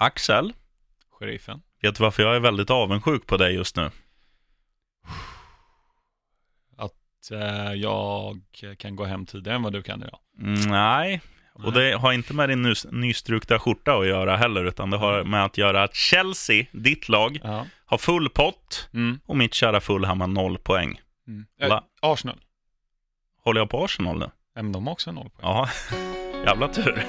Axel, Sheriffen. vet du varför jag är väldigt avundsjuk på dig just nu? Att jag kan gå hem tidigare än vad du kan idag. Nej, och det har inte med din nystrukta skjorta att göra heller, utan det har med att göra att Chelsea, ditt lag, har full pott och mitt kära Fulham har 0 poäng. Arsenal. Håller jag på Arsenal nu? Men de har också 0 poäng. Ja, jävla tur.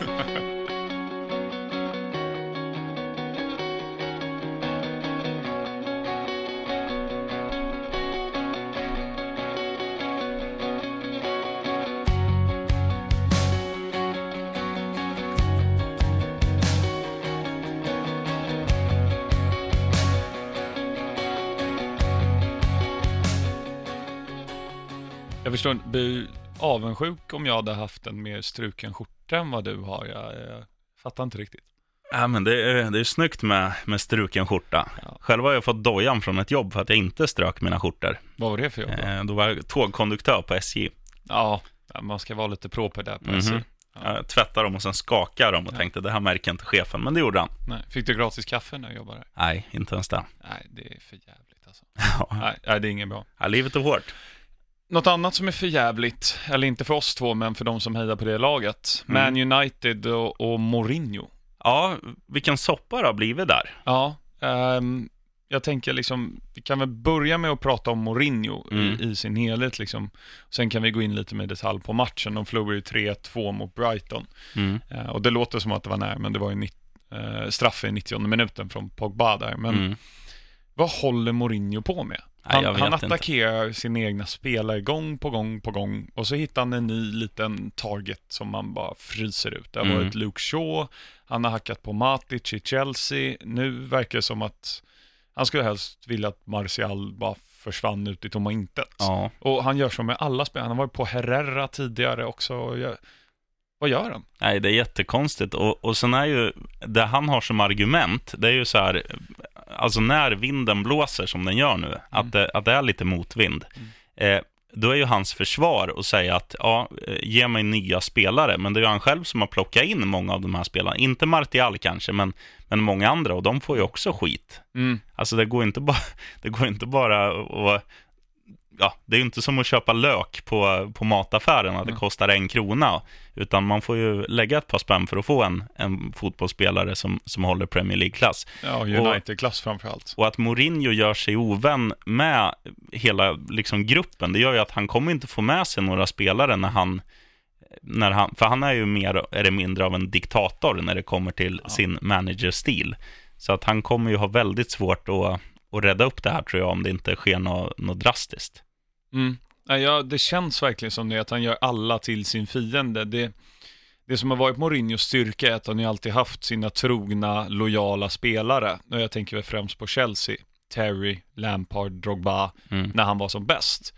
Jag förstår inte, blir avundsjuk om jag hade haft en mer struken skjorta än vad du har. Jag fattar inte riktigt. Ja, men det är snyggt med struken skjorta. Ja. Själv har jag fått dojan från ett jobb för att jag inte strök mina skjortor. Vad var det för jobb då? Då var jag tågkonduktör på SJ. Ja, man ska vara lite proper där på SJ. Ja. Jag tvättade dem och sen skakade dem och tänkte, det här märker inte chefen, men det gjorde han. Nej. Fick du gratis kaffe när du jobbade där? Nej, inte ens det. Nej, det är för jävligt alltså. Ja. Nej, det är ingen bra. Ja, livet är hårt. Något annat som är för jävligt, eller inte för oss två, men för de som hejar på det laget. Man United och Mourinho. Ja, vilken soppa det har blivit där. Ja, jag tänker liksom, vi kan väl börja med att prata om Mourinho i sin helhet liksom. Sen kan vi gå in lite med detalj på matchen. De förlorade ju 3-2 mot Brighton. Och det låter som att det var nära, men det var ju straff i 90:e minuten från Pogba där. Men vad håller Mourinho på med? Han attackerar sina egna spelare gång på gång. Och så hittar han en ny liten target som man bara fryser ut. Det har varit Luke Shaw. Han har hackat på Matic i Chelsea. Nu verkar det som att han skulle helst vilja att Martial bara försvann ut i tomma intet. Ja. Och han gör så med alla spelare. Han har varit på Herrera tidigare också. Vad gör han? Nej, det är jättekonstigt. Och sen är ju det han har som argument, det är ju så här, alltså när vinden blåser som den gör nu, att det är lite motvind, då är ju hans försvar att säga att ge mig nya spelare, men det är ju han själv som har plockat in många av de här spelarna, inte Martial kanske, men många andra, och de får ju också skit. Alltså det går inte bara att, det är ju inte som att köpa lök på mataffären att det kostar 1 krona, utan man får ju lägga ett par spänn för att få en fotbollsspelare som håller Premier League-klass. Ja, United-klass framförallt. Och att Mourinho gör sig ovän med hela liksom gruppen, det gör ju att han kommer inte få med sig några spelare för han är ju mer eller mindre av en diktator när det kommer till sin managerstil. Så att han kommer ju ha väldigt svårt att rädda upp det här, tror jag, om det inte sker något drastiskt. Ja, det känns verkligen som det, att han gör alla till sin fiende. Det som har varit Mourinhos styrka är att han ju alltid haft sina trogna, lojala spelare. Och jag tänker väl främst på Chelsea, Terry, Lampard, Drogba, när han var som bäst.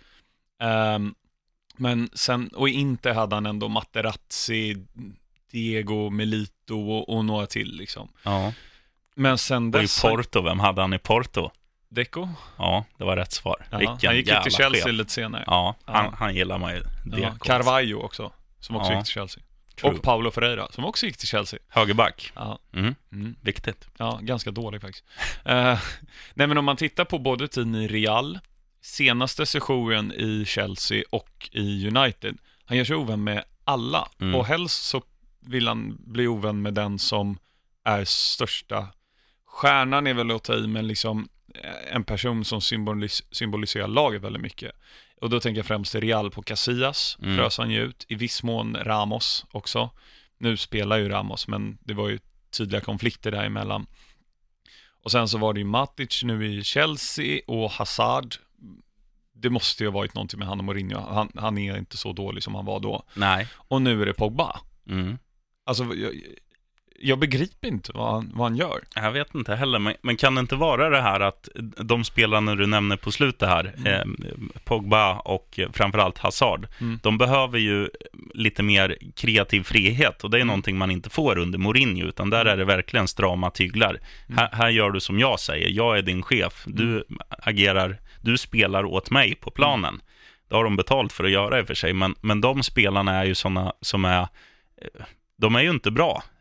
Men sen, och inte hade han ändå Materazzi, Diego, Milito och några till liksom. Ja. Men sen dess... Och i Porto, vem hade han i Porto? Deco? Ja, det var rätt svar. Han gick till Chelsea chef. Lite senare. Ja, han gillar man ju. Carvalho också, som också gick till Chelsea. True. Och Paulo Ferreira, som också gick till Chelsea. Högerback. Viktigt. Ja, ganska dålig faktiskt. Nej, men om man tittar på både tiden i Real, senaste sessionen i Chelsea och i United, han gör sig ovän med alla. Och helst så vill han bli ovän med den som är största stjärnan, är väl att ta i, men liksom en person som symboliserar laget väldigt mycket. Och då tänker jag främst i Real på Casillas, frös han ju ut. I viss mån Ramos också. Nu spelar ju Ramos, men det var ju tydliga konflikter däremellan. Och sen så var det ju Matic nu i Chelsea och Hazard. Det måste ju ha varit någonting med han och Mourinho. Han är inte så dålig som han var då. Nej. Och nu är det Pogba. Alltså jag begriper inte vad han gör. Jag vet inte heller, men kan det inte vara det här att de spelarna du nämner på slutet här, Pogba och framförallt Hazard, de behöver ju lite mer kreativ frihet, och det är någonting man inte får under Mourinho, utan där är det verkligen strama tyglar. Här gör du som jag säger, jag är din chef, du spelar åt mig på planen. Det har de betalt för att göra i och för sig, men de spelarna är ju såna som är... De är ju inte bra.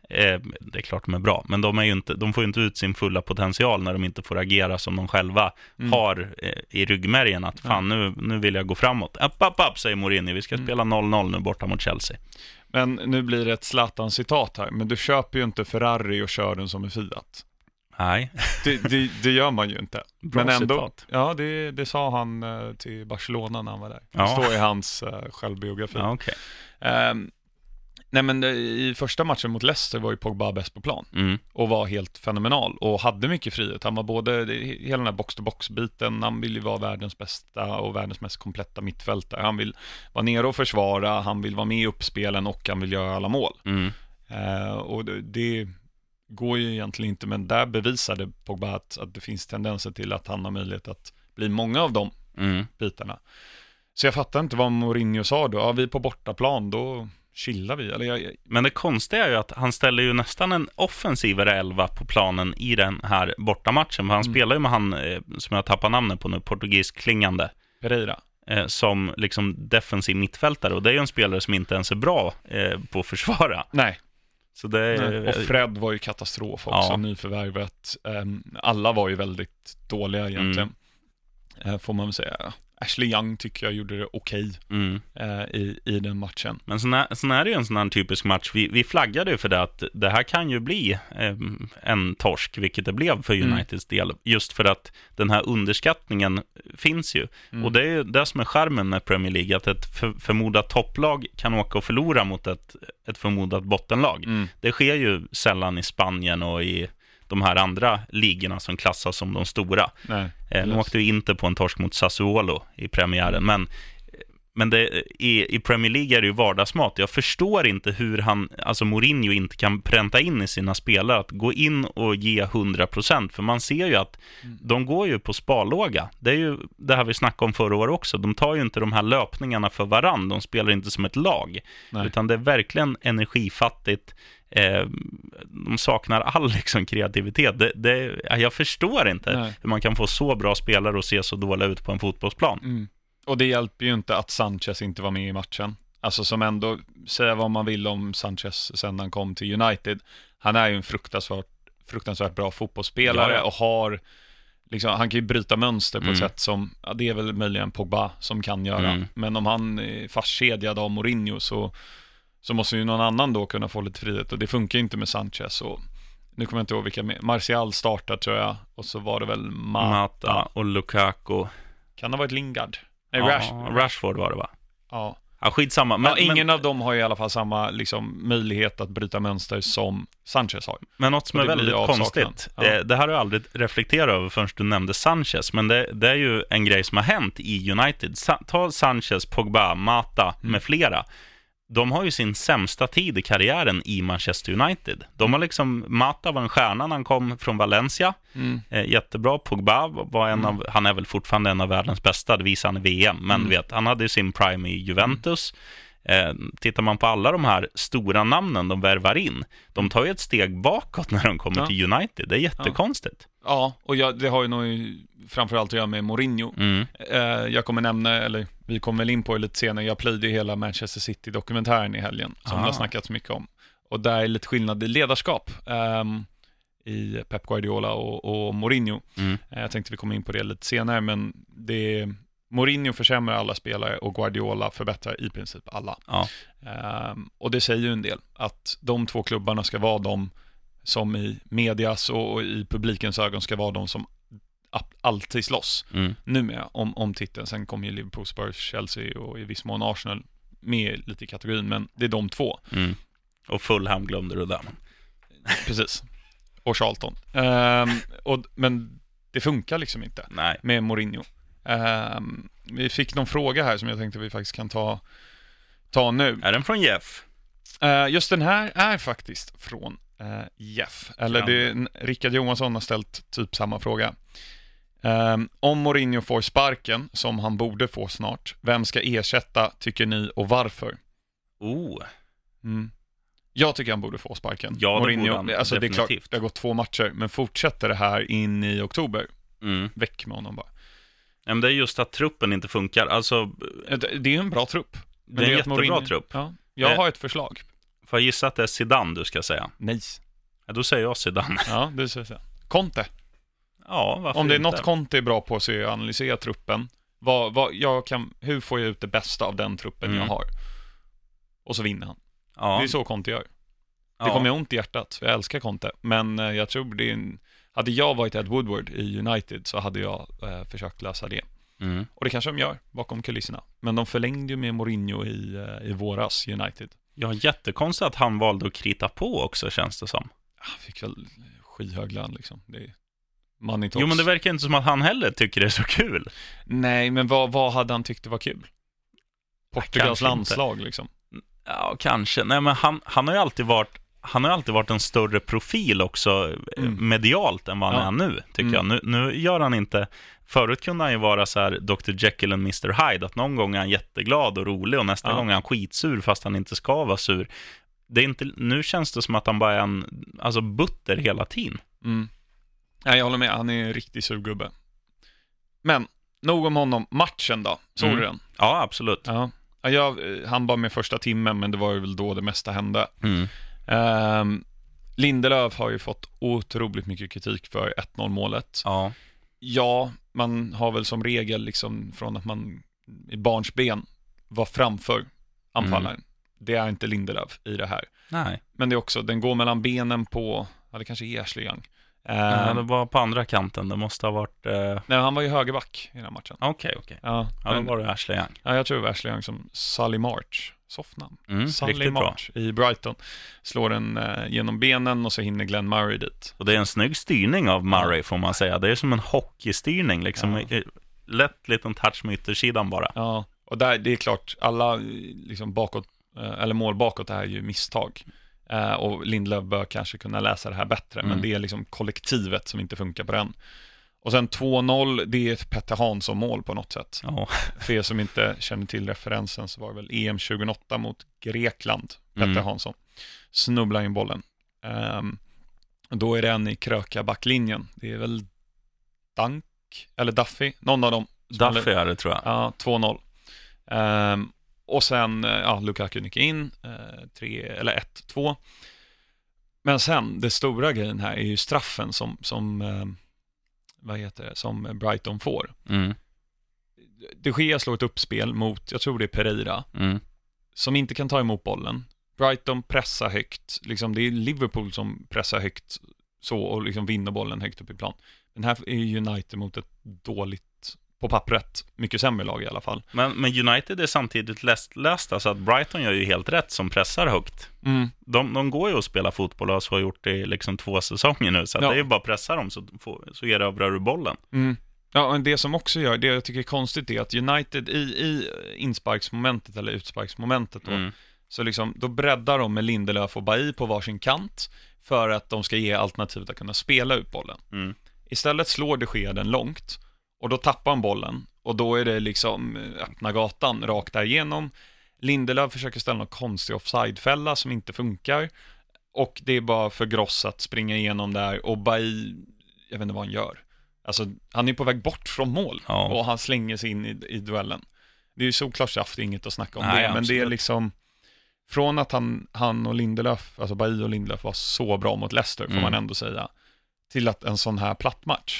det är klart de är bra, men de får ju inte ut sin fulla potential när de inte får agera som de själva har i ryggmärgen, att fan, nu vill jag gå framåt. Upp, säger Mourinho, vi ska spela 0-0 nu borta mot Chelsea. Men nu blir det ett Zlatan-citat här, men du köper ju inte Ferrari och kör den som en Fiat. Nej. Det gör man ju inte. Bra men ändå, citat. ja, det sa han till Barcelona när han var där. Det står i hans självbiografi. Ja, okay. Nej, men i första matchen mot Leicester var ju Pogba bäst på plan och var helt fenomenal och hade mycket frihet. Han var både hela den här box-to-box-biten, han vill ju vara världens bästa och världens mest kompletta mittfältare. Han vill vara nere och försvara, han vill vara med i uppspelen och han vill göra alla mål. Och det går ju egentligen inte, men där bevisade Pogba att det finns tendenser till att han har möjlighet att bli många av de bitarna. Så jag fattar inte vad Mourinho sa då. Ja, vi är på bortaplan, då chillar vi. Men det konstiga är ju att han ställer ju nästan en offensivare 11 på planen i den här bortamatchen. För han spelar ju med han, som jag tappar namnet på nu, portugisisk klingande Pereira. Som liksom defensiv mittfältare. Och det är ju en spelare som inte ens är bra på att försvara. Nej. Så det och Fred var ju katastrof också, nyförvärvet. Alla var ju väldigt dåliga egentligen. Får man väl säga. Ashley Young tycker jag gjorde det okej i den matchen. Men sen är det ju en sån här typisk match. Vi flaggade ju för det att det här kan ju bli en torsk, vilket det blev för Uniteds del. Just för att den här underskattningen finns ju. Och det är ju det som är charmen med Premier League, att ett förmodat topplag kan åka och förlora mot ett förmodat bottenlag. Det sker ju sällan i Spanien och i de här andra ligorna som klassas som de stora. Nu åkte ju inte på en torsk mot Sassuolo i premiären, men det, i Premier League är det ju vardagsmat. Jag förstår inte hur Mourinho inte kan pränta in i sina spelare att gå in och ge 100%, för man ser ju att de går ju på sparlåga. Det är ju det här vi snackade om förra året också. De tar ju inte de här löpningarna för varann. De spelar inte som ett lag. Utan det är verkligen energifattigt. De saknar all kreativitet. Jag förstår inte hur man kan få så bra spelare och se så dåliga ut på en fotbollsplan. Och det hjälper ju inte att Sanchez inte var med i matchen. Alltså, som ändå, säga vad man vill om Sanchez sen han kom till United. Han är ju en fruktansvärt bra fotbollsspelare och har han kan ju bryta mönster på ett sätt som, det är väl möjligen Pogba som kan göra. Men om han är fastkedjad av Mourinho så måste ju någon annan då kunna få lite frihet, och det funkar inte med Sanchez. Och nu kommer jag inte ihåg vilka med. Martial startar, tror jag, och så var det väl Mata och Lukaku. Kan det ha varit Lingard? Nej, Rashford var det, va? Ja, skitsamma. Men ingen av dem har i alla fall samma möjlighet att bryta mönster som Sanchez har. Men något som är väldigt konstigt, det här har jag aldrig reflekterat över förrän du nämnde Sanchez, men det är ju en grej som har hänt i United. Ta Sanchez, Pogba, Mata med flera. De har ju sin sämsta tid i karriären i Manchester United. De har Mata var en stjärna när han kom från Valencia. Jättebra. Pogba var han är väl fortfarande en av världens bästa, det visar han i VM. Men du vet, han hade ju sin prime i Juventus. Tittar man på alla de här stora namnen de värvar in, de tar ju ett steg bakåt när de kommer till United. Det är jättekonstigt. Ja, och det har ju nog framförallt att göra med Mourinho. Jag kommer nämna, eller vi kommer väl in på det lite senare, jag plöjde hela Manchester City-dokumentären i helgen som det har snackats mycket om. Och där är lite skillnad i ledarskap i Pep Guardiola och Mourinho. Jag tänkte vi kommer in på det lite senare, men Mourinho försämrar alla spelare och Guardiola förbättrar i princip alla. Och det säger ju en del, att de två klubbarna ska vara de som i medias och i publikens ögon ska vara de som alltid slåss numera om titeln. Sen kommer ju Liverpool, Spurs, Chelsea och i viss mån Arsenal med lite i kategorin, men det är de två. Och Fulham glömde du där. Precis. Och Charlton. Men det funkar inte med Mourinho. Vi fick någon fråga här som jag tänkte vi faktiskt kan ta nu. Är den från Jeff? Just den här är faktiskt från Jeff. Eller Rickard Johansson har ställt typ samma fråga. Om Mourinho får sparken, som han borde få snart, vem ska ersätta, tycker ni, och varför? Jag tycker han borde få sparken. Ja, Mourinho, det är klart, det har gått 2 matcher, men fortsätter det här in i oktober, väck med honom bara. Men det är just att truppen inte funkar. Alltså, det är en bra trupp. Det är en jättebra trupp. Jag har ett förslag. Får jag gissa att det är Zidane du ska säga? Nej. Ja, då säger jag Zidane. Ja, du säger så. Conte. Ja, varför Om det är inte? något Conte är bra på så är att analysera truppen. Hur får jag ut det bästa av den truppen jag har? Och så vinner han. Ja. Det är så Conte gör. Det kommer jag ont i hjärtat, för jag älskar Conte. Men jag tror det är hade jag varit Ed Woodward i United så hade jag försökt lösa det. Och det kanske de gör bakom kulisserna. Men de förlängde ju med Mourinho i våras United. Ja, jättekonstigt att han valde att krita på också, känns det som. Han fick väl skyhög lön liksom. Det är money talks. Jo, men det verkar inte som att han heller tycker det är så kul. Nej, men vad hade han tyckt det var kul? Portugals landslag liksom. Ja, kanske. Nej, men han har ju alltid varit en större profil också medialt än vad han är nu, tycker jag. Nu gör han inte... Förut kunde han ju vara så här Dr. Jekyll och Mr. Hyde, att någon gång är han jätteglad och rolig och nästa gång är han skitsur fast han inte ska vara sur. Det är inte, nu känns det som att han bara är en butter hela tiden. Nej, jag håller med. Han är en riktig surgubbe. Men, nog om honom. Matchen då? Såg du den? Ja, absolut. Ja. Han var med första timmen, men det var ju väl då det mesta hände. Lindelöf har ju fått otroligt mycket kritik för 1-0 målet. Ja, man har väl som regel liksom från att man i barnsben var framför anfallaren. Det är inte Lindelöf i det här. Nej. Men det är också, den går mellan benen på, det kanske är Ashley Young. Det var på andra kanten, det måste ha varit... Nej, han var ju högerback i den här matchen. Okej. Ja, då var det Ashley Young. Ja, jag tror det var Ashley Young som Sully March, softnamn. Sully March i Brighton. Slår den genom benen och så hinner Glenn Murray dit. Och det är en snygg styrning av Murray, får man säga. Det är som en hockeystyrning, liksom. Lätt liten touch med yttersidan bara. Ja, och där, det är klart, alla liksom bakåt, eller mål bakåt är ju misstag. Och Lindelöf bör kanske kunna läsa det här bättre, men det är liksom kollektivet som inte funkar på den. Och sen 2-0, det är ett Petter Hansson-mål på något sätt. För er som inte känner till referensen så var det väl EM 2008 mot Grekland. Petter Hansson snubblar in bollen. Då är det en i kröka backlinjen. Det är väl Dunk eller Duffy, någon av dem. Duffy är det, tror jag. Ja, 2-0. Och sen, Lukaku nickar in 1-2. Men sen, det stora grejen här är ju straffen som Brighton får. De Gea slår ett uppspel mot, jag tror det är Pereira, som inte kan ta emot bollen. Brighton pressar högt, liksom det är Liverpool som pressar högt så och liksom vinner bollen högt upp i plan. Den här är United mot ett dåligt, på pappret, mycket sämre lag i alla fall. Men United är samtidigt lästa, så att Brighton gör ju helt rätt som pressar högt. De går ju att spela fotboll och så har gjort det i liksom 2 säsonger nu, så att det är ju bara pressa dem så erövrar du bollen. Ja, men det som också gör, det jag tycker är konstigt är att United i insparksmomentet eller utsparksmomentet då, så liksom, då breddar de med Lindelöf och Bailly på varsin kant för att de ska ge alternativet att kunna spela ut bollen. Istället slår de Gea den långt och då tappar han bollen och då är det liksom öppna gatan rakt där igenom. Lindelöf försöker ställa någon konstig offside-fälla som inte funkar och det är bara för Gross att springa igenom där och Bailly, jag vet inte vad han gör. Alltså, han är på väg bort från mål och han slänger sig in i duellen. Det är ju såklart saft, inget att snacka om. Nej, det, men det är liksom från att han och Lindelöf, alltså Bailly och Lindelöf var så bra mot Leicester, får man ändå säga, till att en sån här plattmatch.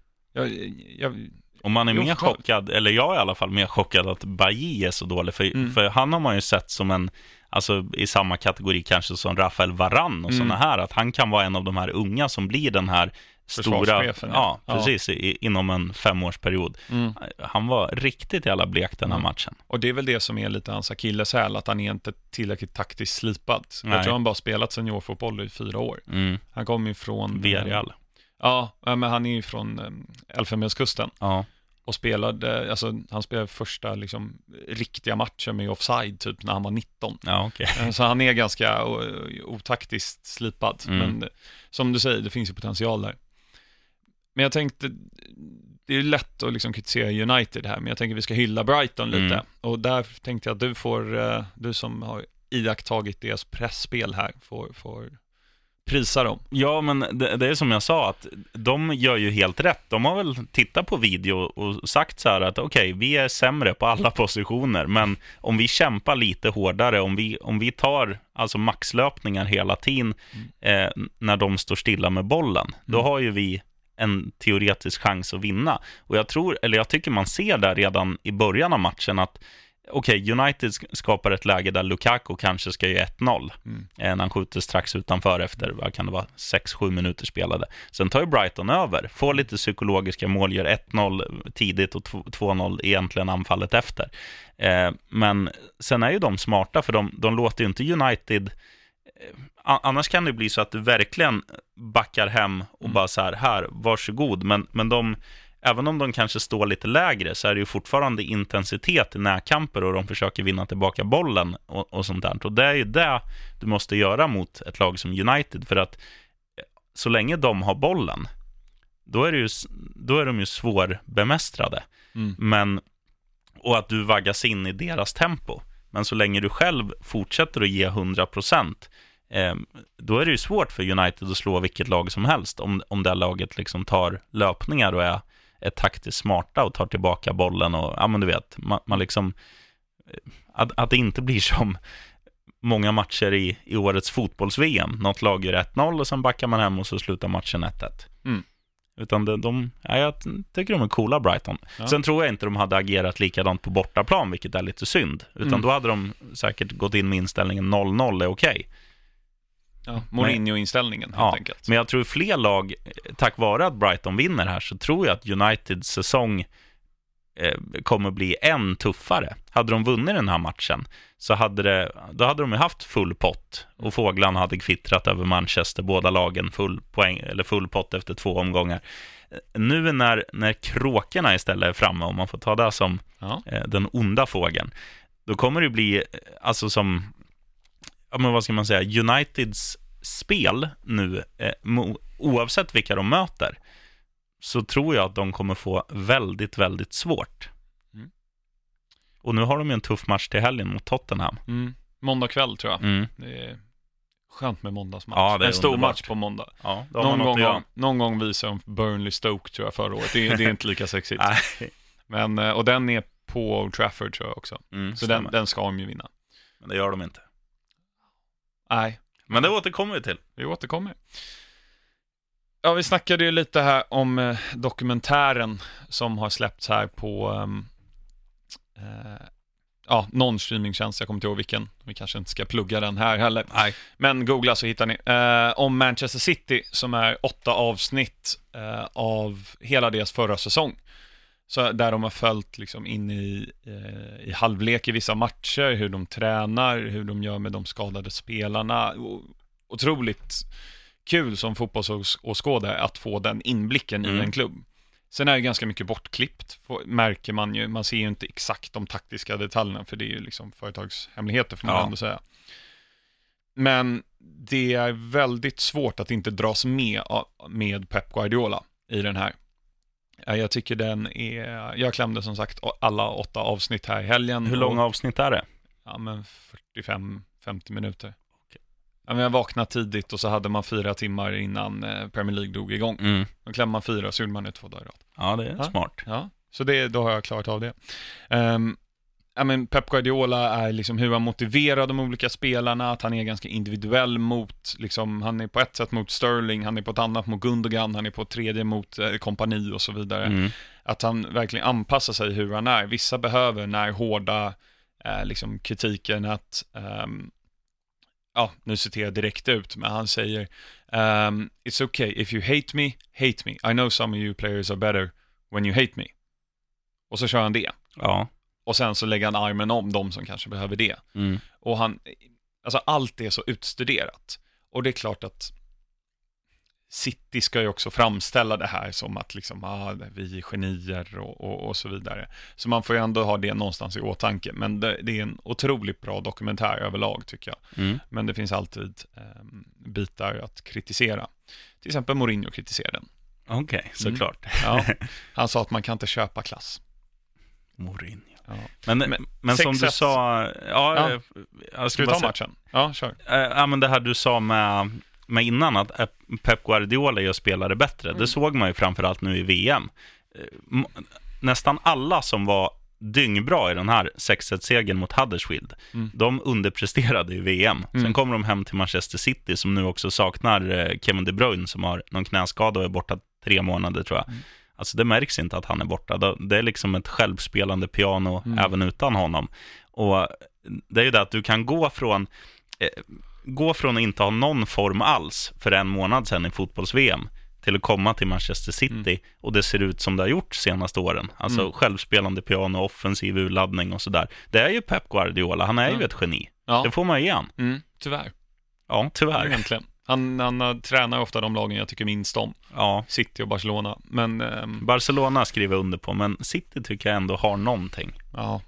Och man är mer chockad, eller jag är i alla fall mer chockad att Bailly är så dålig, för han har man ju sett som en, alltså i samma kategori kanske som Rafael Varane och såna här, att han kan vara en av de här unga som blir den här stora, precis, inom en 5-årsperiod. Han var riktigt jävla blek den här matchen. Och det är väl det som är lite hans akilleshäl, att han är inte tillräckligt taktiskt slipad. Jag tror han bara spelat seniorfotboll i 4 år. Han kom ifrån Villarreal. Men han är ju från Elfenbenskusten. Och spelade, alltså han spelade första liksom riktiga matchen med offside typ när han var 19. Så han är ganska otaktiskt slipad. Men som du säger, det finns ju potential där. Men jag tänkte, det är lätt att liksom kritisera United här, men jag tänker vi ska hylla Brighton lite. Och där tänkte jag att du som har iakttagit deras pressspel här får prisa dem. Ja, men det är som jag sa, att de gör ju helt rätt. De har väl tittat på video och sagt så här att okej, vi är sämre på alla positioner, men om vi kämpar lite hårdare, om vi tar alltså maxlöpningar hela tiden när de står stilla med bollen, då har ju vi en teoretisk chans att vinna. Och jag tycker man ser där redan i början av matchen att United skapar ett läge där Lukaku kanske ska göra 1-0 när han skjuter strax utanför efter, vad kan det vara, 6-7 minuter spelade. Sen tar ju Brighton över, får lite psykologiska mål, gör 1-0 tidigt och 2-0 egentligen anfallet efter. Men sen är ju de smarta, för de låter ju inte United... Annars kan det bli så att du verkligen backar hem och bara så här, varsågod. Men de... Även om de kanske står lite lägre, så är det ju fortfarande intensitet i närkamper och de försöker vinna tillbaka bollen och sånt där. Och det är ju det du måste göra mot ett lag som United, för att så länge de har bollen, då är de ju svårbemästrade. Och att du vaggas in i deras tempo. Men så länge du själv fortsätter att ge 100%, då är det ju svårt för United att slå vilket lag som helst om det laget liksom tar löpningar och är taktiskt smarta och tar tillbaka bollen och ja, men du vet, man liksom att det inte blir som många matcher i årets fotbolls-VM. Något lag gör 1-0 och sen backar man hem och så slutar matchen 1-1. Utan jag tycker de är coola, Brighton. Ja. Sen tror jag inte de hade agerat likadant på bortaplan, vilket är lite synd. Utan då hade de säkert gått in med inställningen 0-0 är okej. Ja, Mourinho-inställningen helt enkelt. Men jag tror fler lag, tack vare att Brighton vinner här, så tror jag att Uniteds säsong kommer bli än tuffare. Hade de vunnit den här matchen så hade de ju haft full pott och fåglarna hade kvittrat över Manchester, båda lagen full pott efter 2 omgångar. Nu när kråkorna istället är framme, om man får ta det som den onda fågeln, då kommer det bli alltså som, ja, men vad ska man säga, Uniteds spel nu, oavsett vilka de möter, så tror jag att de kommer få väldigt, väldigt svårt. Och nu har de ju en tuff match till helgen mot Tottenham. Måndag kväll tror jag. Det är skönt med måndagsmatch. Ja, det är en stor underbart. Match på måndag. Ja, någon gång visar de Burnley Stoke tror jag förra året. Det är inte lika sexigt. Men, och den är på Old Trafford tror jag också. Så den ska de ju vinna. Men det gör de inte. Nej. Men det återkommer vi till. Vi återkommer. Ja, vi snackade ju lite här om dokumentären som har släppts här på någon streamingtjänst, jag kommer inte ihåg vilken. Vi kanske inte ska plugga den här heller. Nej. Men googla så hittar ni. Om Manchester City, som är 8 avsnitt av hela deras förra säsong. Så där de har följt liksom in i halvlek i vissa matcher, hur de tränar, hur de gör med de skadade spelarna. Otroligt kul som fotbollsåskådare att få den inblicken i en klubb. Sen är det ganska mycket bortklippt, märker man ju. Man ser ju inte exakt de taktiska detaljerna, för det är ju liksom företagshemligheter får man ändå säga. Men det är väldigt svårt att inte dras med Pep Guardiola i den här. Jag tycker jag klämde som sagt alla 8 avsnitt här i helgen. Hur långa avsnitt är det? Ja, men 45-50 minuter. Ja, men jag vaknade tidigt och så hade man 4 timmar innan Premier League drog igång. Då klämde man 4 så gjorde man 2 dagar. Ja, det är smart. Ja, så då har jag klarat av det. Men Pep Guardiola är liksom hur han motiverar de olika spelarna, att han är ganska individuell mot, liksom, han är på ett sätt mot Sterling, han är på ett annat mot Gundogan, han är på ett tredje mot kompani och så vidare. Att han verkligen anpassar sig hur han är. Vissa behöver när hårda liksom kritiken att nu citerar jag direkt ut, men han säger it's okay if you hate me. I know some of you players are better when you hate me. Och så kör han det. Ja. Och sen så lägger han armen om de som kanske behöver det. Och allt är så utstuderat. Och det är klart att City ska ju också framställa det här som att liksom, vi är genier och så vidare. Så man får ju ändå ha det någonstans i åtanke. Men det är en otroligt bra dokumentär överlag tycker jag. Men det finns alltid bitar att kritisera. Till exempel Mourinho kritiserar den. Okej, såklart. Ja, han sa att man kan inte köpa klass. Mourinho. Ja. Men som du sa... Ska vi ta matchen? Ja, kör. Men det här du sa med med innan, att Pep Guardiola gör spelare bättre. Det såg man ju framförallt nu i VM. Nästan alla som var dyngbra i den här 6-1-segern mot Huddersfield, de underpresterade i VM. Sen kommer de hem till Manchester City, som nu också saknar Kevin De Bruyne, som har någon knäskada och är borta 3 månader tror jag. Alltså det märks inte att han är borta. Det är liksom ett självspelande piano även utan honom. Och det är ju det att du kan gå från att inte ha någon form alls för 1 månad sedan i fotbolls-VM till att komma till Manchester City och det ser ut som det har gjort senaste åren. Alltså självspelande piano, offensiv urladdning och sådär. Det är ju Pep Guardiola, han är ju ett geni. Ja. Det får man igen. Tyvärr. Ja, tyvärr. Egentligen. Han tränar ofta de lagen jag tycker minst om. Ja. City och Barcelona. Men, Barcelona skriver under på, men City tycker jag ändå har någonting. Ja.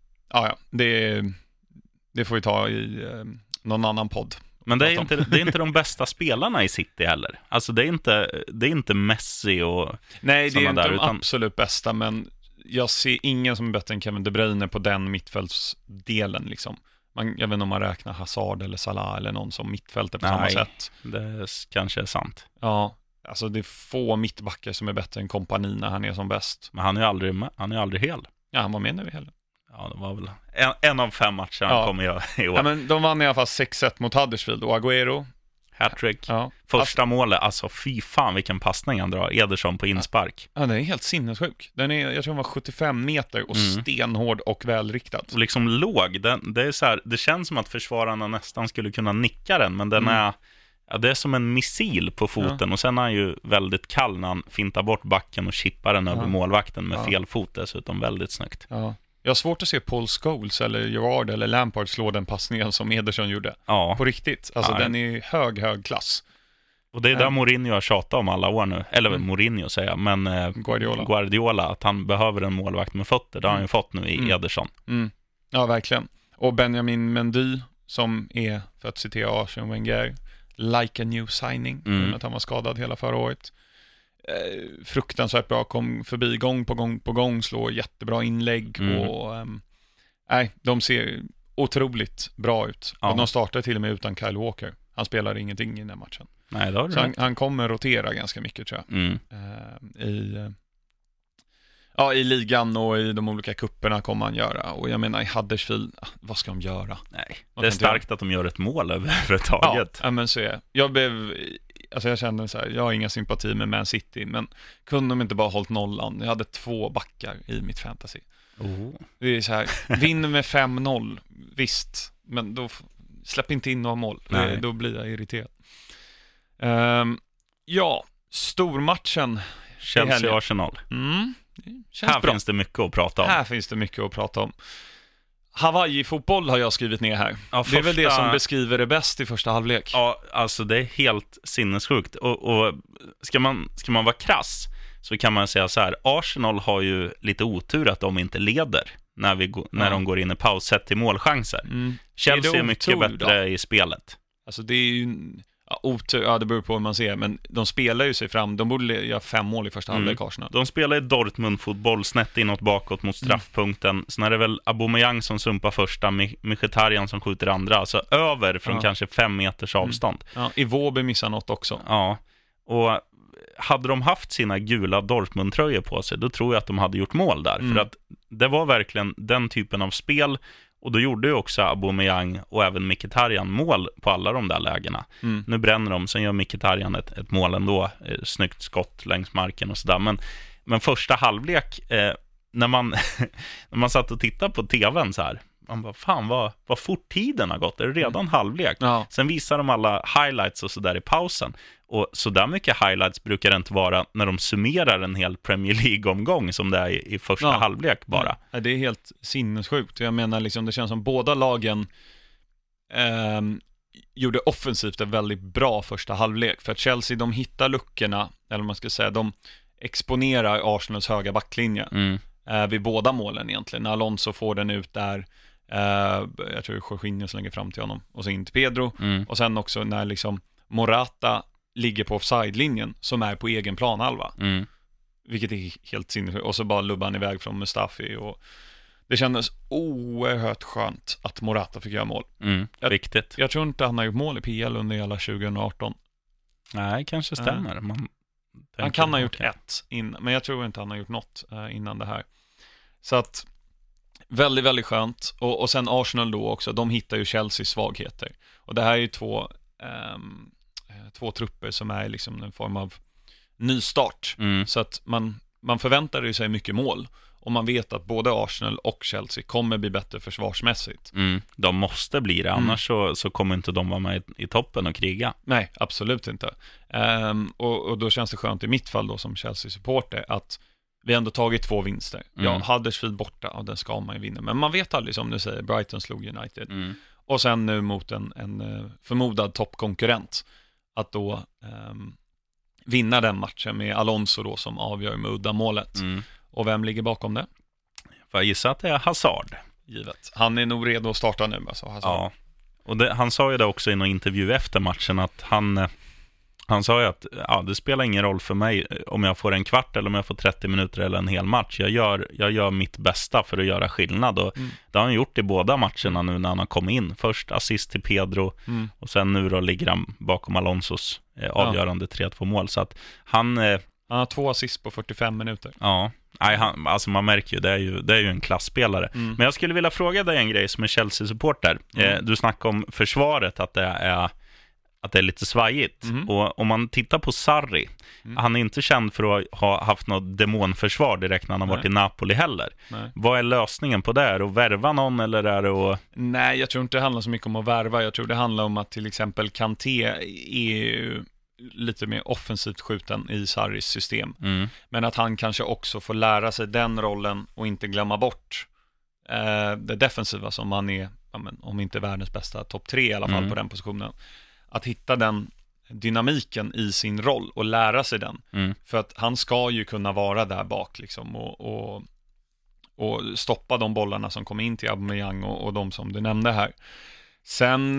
Det får vi ta i någon annan podd. Men det är inte de bästa spelarna i City heller. Alltså det är inte Messi och nej, det är inte där, de absolut bästa, men jag ser ingen som är bättre än Kevin De Bruyne på den mittfältsdelen liksom. Jag vet inte om man räknar Hazard eller Salah eller någon som mittfältet på samma sätt. Det kanske är sant. Ja, alltså det är få mittbackar som är bättre än Kompani när han är som bäst. Men han är ju aldrig hel. Ja, han var med nu heller. Ja, det var väl en av 5 matcher han kommer göra i år. Ja, men de vann i alla fall 6-1 mot Huddersfield och Agüero. Hattrick. Ja. Första målet, alltså fy fan vilken passning han drar. Ederson på inspark. Ja, den är helt sinnessjuk. Jag tror den var 75 meter och stenhård och välriktad. Och liksom låg. Det är så här, det känns som att försvararna nästan skulle kunna nicka den, men den är... Ja, det är som en missil på foten och sen är han ju väldigt kall när han fintar bort backen och chippar den över målvakten med fel fot dessutom. Väldigt snyggt. Ja. Jag har svårt att se Paul Scholes eller Gerrard eller Lampard slå den passningen som Ederson gjorde. Ja. På riktigt. Alltså den är hög klass. Och det är där Mourinho har tjatat om alla år nu. Eller Mourinho säger jag, men Guardiola, att han behöver en målvakt med fötter. Det har han ju fått nu i Ederson. Ja, verkligen. Och Benjamin Mendy, som är, för att citera Arsene Wenger, like a new signing. Att han var skadad hela förra året. Fruktansvärt bra, kom förbi gång på gång, slår jättebra inlägg och de ser otroligt bra ut. Och de startar till och med utan Kyle Walker. Han spelar ingenting i den här matchen. Nej, det har du så han kommer rotera ganska mycket tror jag. I ligan och i de olika kupperna kommer han göra. Och jag menar i Huddersfield, vad ska de göra? Nej, det är starkt att de gör ett mål överhuvudtaget. Ja, men så är jag kände så här, jag har inga sympati med Man City, men kunde de inte bara hållit nollan? Jag hade 2 backar i mitt fantasy. Det är så här, vinner med 5-0, visst, men då släpp inte in några mål. Då blir jag irriterad. Stormatchen Chelsea-Arsenal. Här bra. Finns det mycket att prata om. Här finns det mycket att prata om. Hawaii-fotboll har jag skrivit ner här. Det är väl det som beskriver det bäst i första halvlek. Ja, alltså det är helt sinnessjukt. Och ska man vara krass så kan man säga så här: Arsenal har ju lite otur att de inte leder när de går in i paus sett till målchanser. Chelsea är mycket bättre i spelet. Alltså det är ju otur, det beror på hur man ser, men de spelar ju sig fram. De borde göra 5 mål i första halvlek, Arsenal. De spelar i Dortmund-fotboll snett inåt bakåt mot straffpunkten. Sen är det väl Aubameyang som sumpar första, Mkhitaryan som skjuter andra. Alltså över från kanske 5 meters avstånd. Iwobi missar något också. Ja, och hade de haft sina gula Dortmund-tröjor på sig, då tror jag att de hade gjort mål där. För att det var verkligen den typen av spel. Och då gjorde ju också Aubameyang och även Mkhitaryan mål på alla de där lägena. Nu bränner de, sen gör Mkhitaryan ett mål ändå. Snyggt skott längs marken och sådär. Men första halvlek, när man satt och tittade på tvn så här, man bara, fan vad fort tiden har gått. Det är redan halvlek. Ja. Sen visar de alla highlights och sådär i pausen. Och så där mycket highlights brukar det inte vara när de summerar en hel Premier League-omgång som det är i första halvlek bara. Ja, det är helt sinnessjukt. Jag menar liksom, det känns som båda lagen gjorde offensivt en väldigt bra första halvlek. För att Chelsea, de hittar luckorna, eller man ska säga, de exponerar Arsenals höga backlinje vid båda målen egentligen. När Alonso får den ut där, jag tror Jorginho slänger fram till honom och så in till Pedro. Och sen också när liksom Morata ligger på offside-linjen som är på egen planhalva. Vilket är helt sinnessjukt. Och så bara lubbar han iväg från Mustafi. Och det kändes oerhört skönt att Morata fick göra mål. Riktigt. Jag tror inte han har gjort mål i PL under hela 2018. Nej, kanske stämmer. Han kan ha gjort ett innan, men jag tror inte han har gjort något innan det här. Så att väldigt, väldigt skönt. Och sen Arsenal då också, de hittar ju Chelseas svagheter. Och det här är ju två trupper som är liksom en form av nystart. Så att man förväntar sig mycket mål. Och man vet att både Arsenal och Chelsea kommer bli bättre försvarsmässigt. De måste bli det, annars så kommer inte de vara med i toppen och kriga. Nej, absolut inte. Och då känns det skönt i mitt fall då som Chelsea-supporter att vi ändå tagit 2 vinster. Ja, Huddersfield borta, och den ska man ju vinna. Men man vet aldrig, som du säger, Brighton slog United. Och sen nu mot en förmodad toppkonkurrent. Att då vinna den matchen med Alonso då som avgör med uddamålet. Och vem ligger bakom det? För jag gissar att det är Hazard. Givet. Han är nog redo att starta nu, alltså Hazard. Ja, och han sa ju det också i någon intervju efter matchen att han sa ju att det spelar ingen roll för mig om jag får en kvart eller om jag får 30 minuter eller en hel match. Jag gör mitt bästa för att göra skillnad, och det har han gjort i båda matcherna nu när han har kommit in. Först assist till Pedro och sen nu då ligger han bakom Alonsos avgörande 3-2 mål. Så att han har 2 assist på 45 minuter. Ja. Nej, alltså man märker ju, det är ju en klassspelare. Men jag skulle vilja fråga dig en grej som är Chelsea-supporter. Du snackar om försvaret, att det är lite svajigt. Och om man tittar på Sarri, han är inte känd för att ha haft något demonförsvar direkt när han har varit i Napoli heller. Vad är lösningen på det? Är det att värva någon, eller är det att... Nej, jag tror inte det handlar så mycket om att värva. Jag tror det handlar om att till exempel Kanté är lite mer offensivt skjuten i Sarris system. Men att han kanske också får lära sig den rollen och inte glömma bort det defensiva, som man är, om inte världens bästa topp 3 i alla fall på den positionen. Att hitta den dynamiken i sin roll och lära sig den. För att han ska ju kunna vara där bak liksom, och stoppa de bollarna som kommer in till Aubameyang och de som du nämnde här. Sen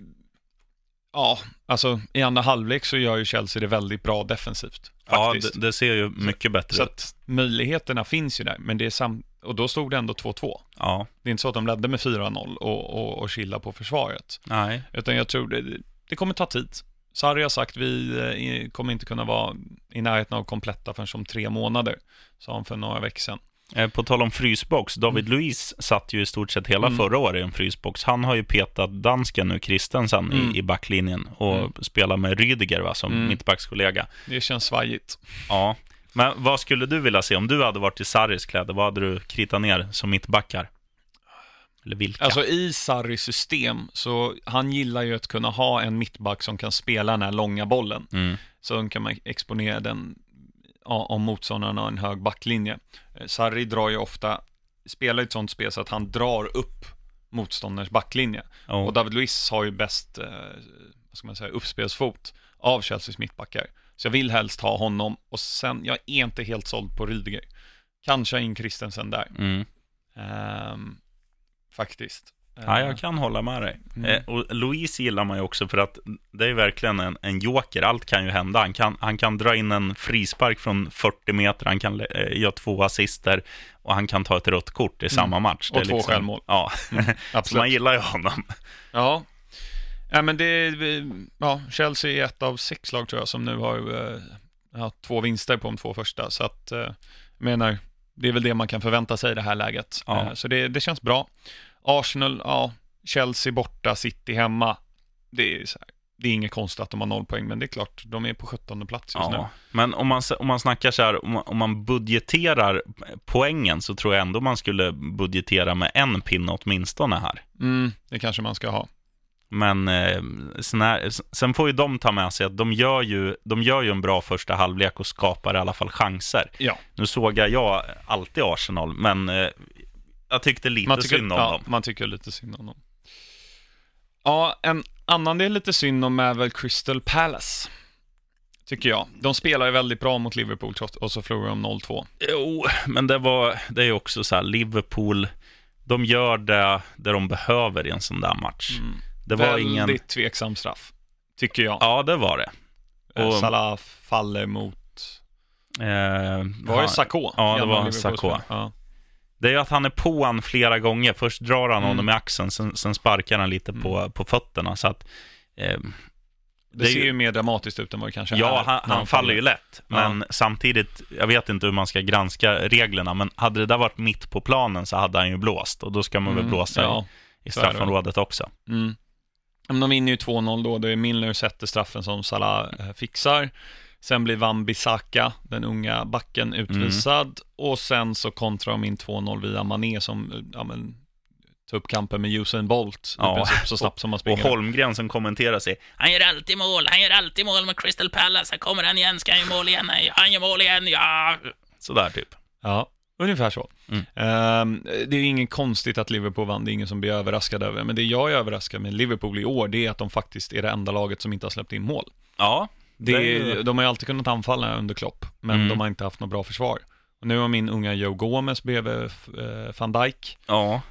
alltså i andra halvlek så gör ju Chelsea det väldigt bra defensivt. Faktiskt. Ja, det ser ju mycket bättre så ut. Att möjligheterna finns ju där, men det är och då stod det ändå 2-2. Ja. Det är inte så att de ledde med 4-0 och chilla på försvaret. Nej. Utan jag tror det kommer ta tid. Sarri har sagt vi kommer inte kunna vara i närheten av kompletta förrän om 3 månader, sa han för några veckor sedan. På tal om frysbox, David Luiz satt ju i stort sett hela förra året i en frysbox. Han har ju petat dansken nu, Christensen, i backlinjen och spelar med Rüdiger som mittbackskollega. Det känns svajigt. Ja, men vad skulle du vilja se om du hade varit i Sarris kläder? Vad hade du kritat ner som mittbackar? Eller vilka? Alltså i Sarris system, så han gillar ju att kunna ha en mittback som kan spela den här långa bollen. Så kan man exponera den om motståndarna har en hög backlinje. Sarri drar ju ofta, spelar ett sånt spel så att han drar upp motståndarens backlinje. Och David Luiz har ju bäst vad ska man säga, uppspelsfot av Chelseas mittbackar. Så jag vill helst ha honom. Och sen, jag är inte helt såld på Rüdiger. Kanske in Christensen där. Faktiskt. Ja, jag kan hålla med dig. Och Luis gillar man ju också för att det är verkligen en joker. Allt kan ju hända. Han kan dra in en frispark från 40 meter. Han kan göra 2 assister. Och han kan ta ett rött kort i samma match. Och 2 självmål. Ja, så man gillar ju honom. Ja. Men Chelsea är ett av 6 lag tror jag som nu har 2 vinster på de 2 första. Så att, menar, det är väl det man kan förvänta sig i det här läget. Så det känns bra. Arsenal, Chelsea borta, City hemma. Det är inget konstigt att de har 0 poäng, men det är klart, de är på 17:e plats just nu. Men om man snackar så här, om man budgeterar poängen, så tror jag ändå man skulle budgetera med 1 pinne åtminstone här. Det kanske man ska ha. Men sen får ju de ta med sig att de gör ju en bra första halvlek och skapar i alla fall chanser. Ja. Nu såg jag alltid Arsenal, men jag tyckte lite synd om dem. Man tycker lite synd om dem. Ja, en annan del lite synd om är väl Crystal Palace, tycker jag. De spelar ju väldigt bra mot Liverpool och så förlorar de 0-2. Jo, men det är ju också så här, Liverpool, de gör det de behöver i en sån där match. Det var väldigt tveksam straff, tycker jag. Ja, det var det. Och Salah faller mot var det Sakho? Ja, det var Sakho. Ja. Det är ju att han är på han flera gånger. Först drar han honom i axeln, sen sparkar han lite på fötterna. Så att Det ser ju mer dramatiskt ut än vad det kanske är. Ja, han faller ju lätt. Men samtidigt, jag vet inte hur man ska granska reglerna, men hade det där varit mitt på planen så hade han ju blåst. Och då ska man väl blåsa i straffområdet också. Men de vinner ju 2-0 då. Det är Milner sätter straffen som Salah fixar. Sen blir Wan-Bissaka, den unga backen, utvisad. Och sen så kontrar de in 2-0 via Mané som tar upp kampen med Usain Bolt i princip, så snabbt som man springer. Och Holmgren som kommenterar sig: han gör alltid mål med Crystal Palace. Här kommer han igen, ska han göra mål igen? Nej, han gör mål igen, ja. Sådär typ. Ja, ungefär så. Det är inget konstigt att Liverpool vann, det är ingen som blir överraskad över. Men det jag är överraskad med Liverpool i år, det är att de faktiskt är det enda laget som inte har släppt in mål. Ja. De har ju alltid kunnat anfalla under Klopp, men de har inte haft något bra försvar. Och nu har min unga Joe Gomez bredvid Van Dijk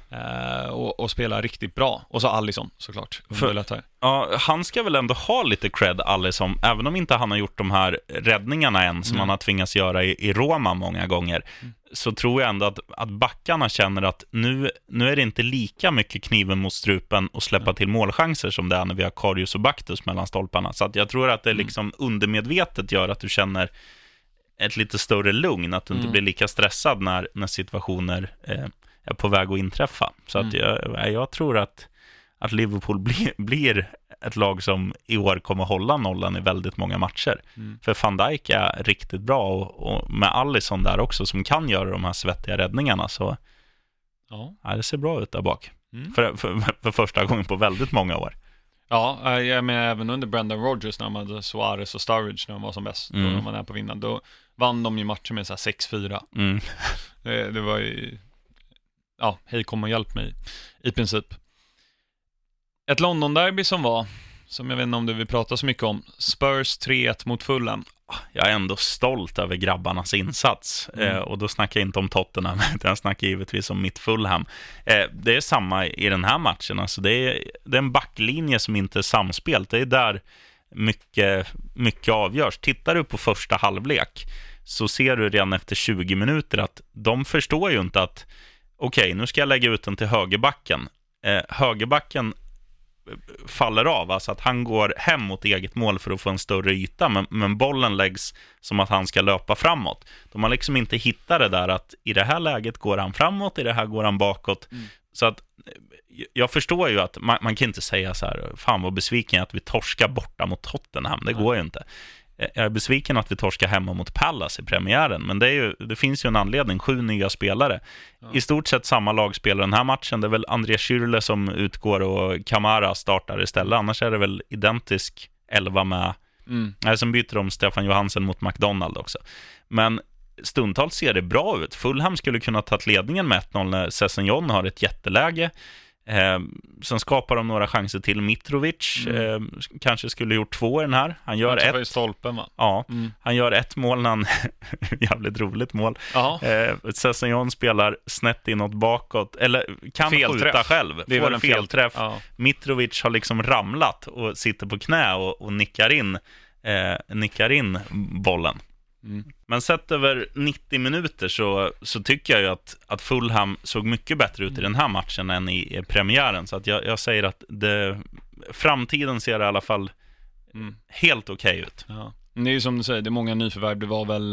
och spelar riktigt bra. Och så Alisson såklart. Han ska väl ändå ha lite cred, Alisson, även om inte han har gjort de här räddningarna än som han har tvingats göra i Roma många gånger. Så tror jag ändå att backarna känner att nu är det inte lika mycket kniven mot strupen och släppa till målchanser som det är när vi har Karius och Baktus mellan stolparna. Så att jag tror att det liksom undermedvetet gör att du känner ett lite större lugn, att du inte blir lika stressad när situationer är på väg att inträffa. Så att jag tror att Liverpool blir ett lag som i år kommer hålla nollan i väldigt många matcher. För Van Dijk är riktigt bra och med Alisson där också som kan göra de här svettiga räddningarna, så det ser bra ut där bak. För första gången på väldigt många år. Ja, men även under Brendan Rodgers när man hade Suarez och Sturridge när de var som bäst, då när man är på vinnaren, då vann de ju matcher med så här 6-4. Det var ju hej, kom och hjälp mig i princip. Ett London-derby som jag vet inte om du vill prata så mycket om, Spurs 3-1 mot Fulham. Jag är ändå stolt över grabbarnas insats. Och då snackar jag inte om Tottenham, utan jag snackar givetvis om mitt Fulham. Det är samma i den här matchen. Alltså det är en backlinje som inte är samspelt. Det är där mycket avgörs. Tittar du på första halvlek så ser du redan efter 20 minuter att de förstår ju inte att okej, nu ska jag lägga ut den till högerbacken. Högerbacken faller av, alltså att han går hem mot eget mål för att få en större yta, men bollen läggs som att han ska löpa framåt. De har liksom inte hittat det där att i det här läget går han framåt, i det här går han bakåt. Så att jag förstår ju att man kan inte säga så här, fan vad besviken att vi torskar borta mot Tottenham, det går ju inte. Jag är besviken att vi torskar hemma mot Palace i premiären, men det finns ju en anledning, 7 nya spelare. I stort sett samma lag spelar den här matchen. Det är väl André Schürrle som utgår och Kamara startar istället. Annars är det väl identisk 11 med. Sen byter de Stefan Johansen mot McDonald också. Men stundtals ser det bra ut. Fulham skulle kunna ta ledningen med 1-0 när Sessignon har ett jätteläge. Sen skapar de några chanser till. Mitrovic kanske skulle gjort 2 i den här. Han gör ett i stolpen, va? Ja, han gör ett mål när han jävligt roligt mål. Sessignon spelar snett inåt bakåt, eller kan skjuta själv. Det är väl en felträff. Mitrovic har liksom ramlat och sitter på knä och nickar in bollen. Men sett över 90 minuter så tycker jag ju att Fulham såg mycket bättre ut i den här matchen än i premiären. Så att jag säger att framtiden ser i alla fall helt okej ut. Det är ju som du säger, det är många nyförvärv. Det var väl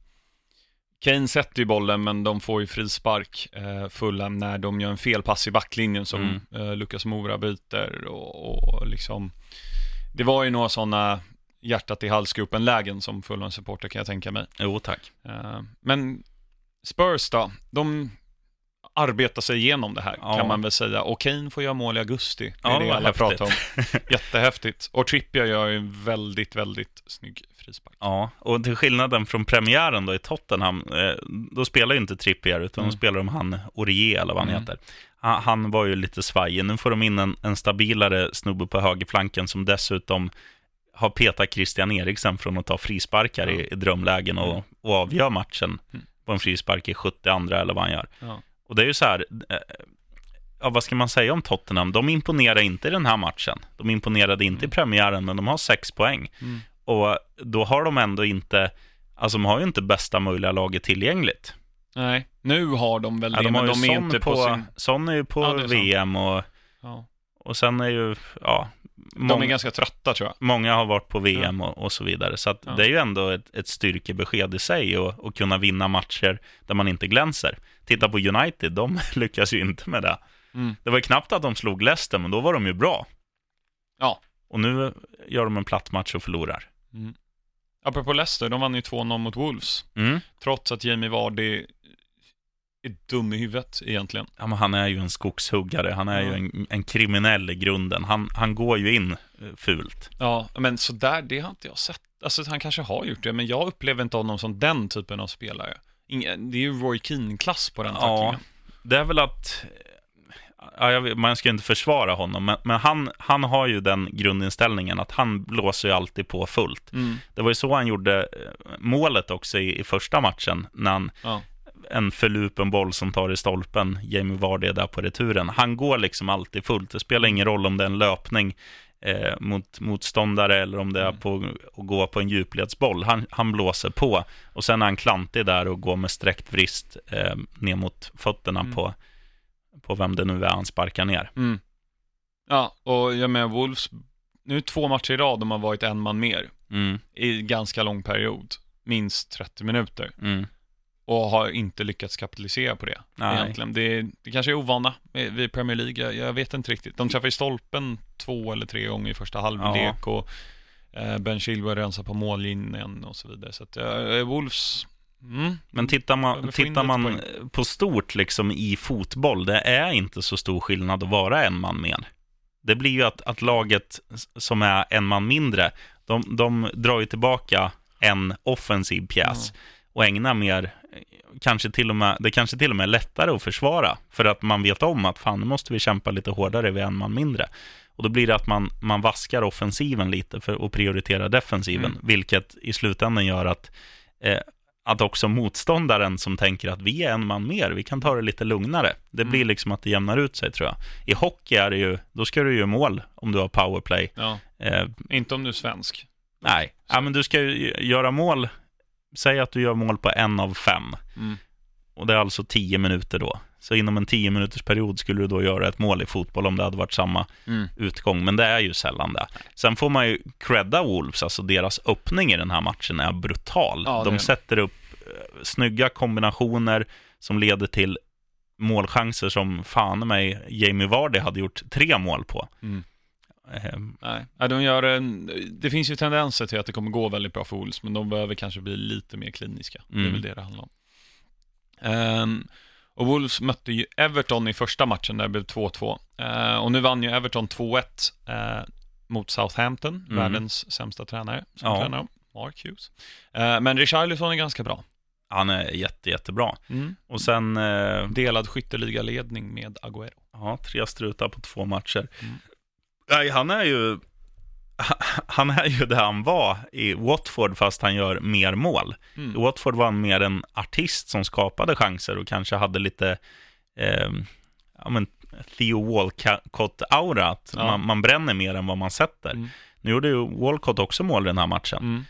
Kane sätter ju bollen, men de får ju frispark Fulham när de gör en felpass i backlinjen som Lucas Moura byter och liksom, det var ju några sådana hjärtat i halsgropen lägen som Fulham supporter, kan jag tänka mig. Jo, tack. Men Spurs då, de arbetar sig igenom det här, kan man väl säga. Och Kane får göra mål i augusti. Det är det alla pratar om. Jättehäftigt. Och Trippier gör ju en väldigt, väldigt snygg frispark. Ja, och till skillnaden från premiären då i Tottenham, då spelar ju inte Trippier, utan de spelar han Aurier eller vad han heter. Han var ju lite svajig. Nu får de in en stabilare snubbe på högerflanken som dessutom har petat Christian Eriksen från att ta frisparkar i drömlägen och avgör matchen på en frispark i 72 eller vad han gör. Och det är ju så här, vad ska man säga om Tottenham? De imponerar inte i den här matchen. De imponerade inte i premiären, men de har 6 poäng. Och då har de ändå inte, alltså de har ju inte bästa möjliga laget tillgängligt. Nej, nu har de väl det, men de är inte på sin... Son är ju på VM och sen är ju, de är ganska trötta, tror jag. Många har varit på VM och så vidare. Så att det är ju ändå ett styrkebesked i sig att kunna vinna matcher där man inte glänser. Titta på United, de lyckas ju inte med det. Det var ju knappt att de slog Leicester, men då var de ju bra. Ja. Och nu gör de en platt match och förlorar. Apropå Leicester, de vann ju 2-0 mot Wolves. Trots att Jamie Vardy är dum i huvudet egentligen. Ja, men han är ju en skogshuggare. Han är ju en kriminell i grunden. Han går ju in fult. Ja, men så där, det har inte jag sett. Alltså han kanske har gjort det, men jag upplever inte honom som den typen av spelare. Det är ju Roy Keane-klass på den tacklingen. Ja, det är väl att... Ja, man ska inte försvara honom, men han har ju den grundinställningen att han blåser ju alltid på fullt. Det var ju så han gjorde målet också i första matchen, när han... en förlupen boll som tar i stolpen, Jamie Vardy är där på returen. Han går liksom alltid fullt. Det spelar ingen roll om det är en löpning mot motståndare eller om det är på att gå på en djupledsboll. Han blåser på, och sen är han klantig där och går med sträckt vrist ner mot fötterna på vem det nu är han sparkar ner. Ja, och jag menar Wolves, nu 2 matcher i rad de har varit en man mer i ganska lång period, minst 30 minuter. Och har inte lyckats kapitalisera på det. Egentligen. Det kanske är ovana vid Premier League. Jag vet inte riktigt. De träffar i stolpen 2 eller 3 gånger i första halvlek. Och Ben Chilwell rensar på mållinjen och så vidare. Så att Wolves... Men tittar man på stort liksom i fotboll, det är inte så stor skillnad att vara en man mer. Det blir ju att laget som är en man mindre, de drar ju tillbaka en offensiv pjäs och ägnar mer, det kanske till och med är lättare att försvara, för att man vet om att fan, nu måste vi kämpa lite hårdare vid en man mindre. Och då blir det att man vaskar offensiven lite för att prioritera defensiven, vilket i slutändan gör att också motståndaren som tänker att vi är en man mer, vi kan ta det lite lugnare. Det blir liksom att det jämnar ut sig, tror jag. I hockey är det ju, då ska du göra mål om du har powerplay. Ja. Inte om du är svensk. Nej, men du ska ju göra mål. Säg att du gör mål på 1 av 5. Och det är alltså 10 minuter då. Så inom en 10 minuters period skulle du då göra ett mål i fotboll om det hade varit samma utgång. Men det är ju sällan det. Sen får man ju credda Wolves, alltså deras öppning i den här matchen är brutal. Ja, de sätter upp snygga kombinationer som leder till målchanser som fan mig Jamie Vardy hade gjort 3 mål på. Nej, det finns ju tendenser till att det kommer gå väldigt bra för Wolves, men de behöver kanske bli lite mer kliniska. Det är väl det handlar om. Och Wolves mötte ju Everton i första matchen där det blev 2-2. Och nu vann ju Everton 2-1 mot Southampton, världens sämsta tränare som tränar Mark Hughes. Men Richarlison är ganska bra. Han är jättebra. Och sen delad skytteligaledning med Agüero. Ja, 3 strutar på 2 matcher. Nej, han är ju där han var i Watford, fast han gör mer mål. I Watford var han mer en artist som skapade chanser och kanske hade lite Theo Walcott-aura, att man bränner mer än vad man sätter. Nu gjorde ju Walcott också mål i den här matchen.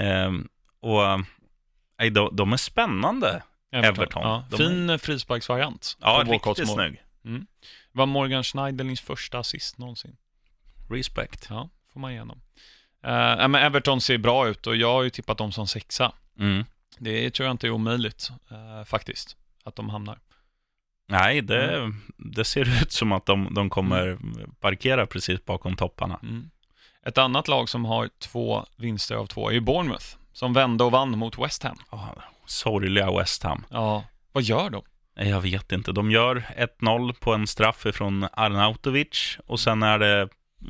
De är spännande, Everton. Ja. Fin frisparksvariant. Ja, riktigt snygg. Var Morgan Schneiderlings första assist någonsin. Respect. Ja, får man igenom. Men Everton ser bra ut och jag har ju tippat dem som 6. Det tror jag inte är omöjligt faktiskt, att de hamnar. Nej, det ser ut som att de kommer parkera precis bakom topparna. Ett annat lag som har 2 vinster av 2 är Bournemouth, som vände och vann mot West Ham. Sorgliga West Ham. Ja, vad gör de? Jag vet inte. De gör 1-0 på en straff från Arnautovic, och sen är det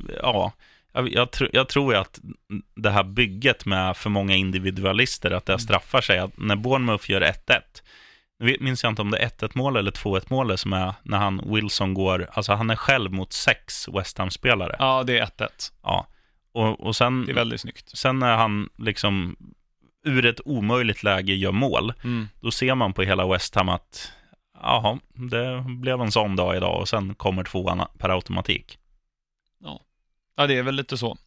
jag tror att det här bygget med för många individualister, att det straffar sig, att när Bournemouth gör 1-1, nu minns jag inte om det är 1-1 mål eller 2-1 mål som är när Wilson går, alltså han är själv mot 6 West Ham-spelare. Ja, det är 1-1. Ja. Och sen, det är väldigt snyggt. Sen när han liksom ur ett omöjligt läge gör mål, då ser man på hela West Ham att det blev en sån dag idag, och sen kommer 2 per automatik. Ja, det är väl lite så.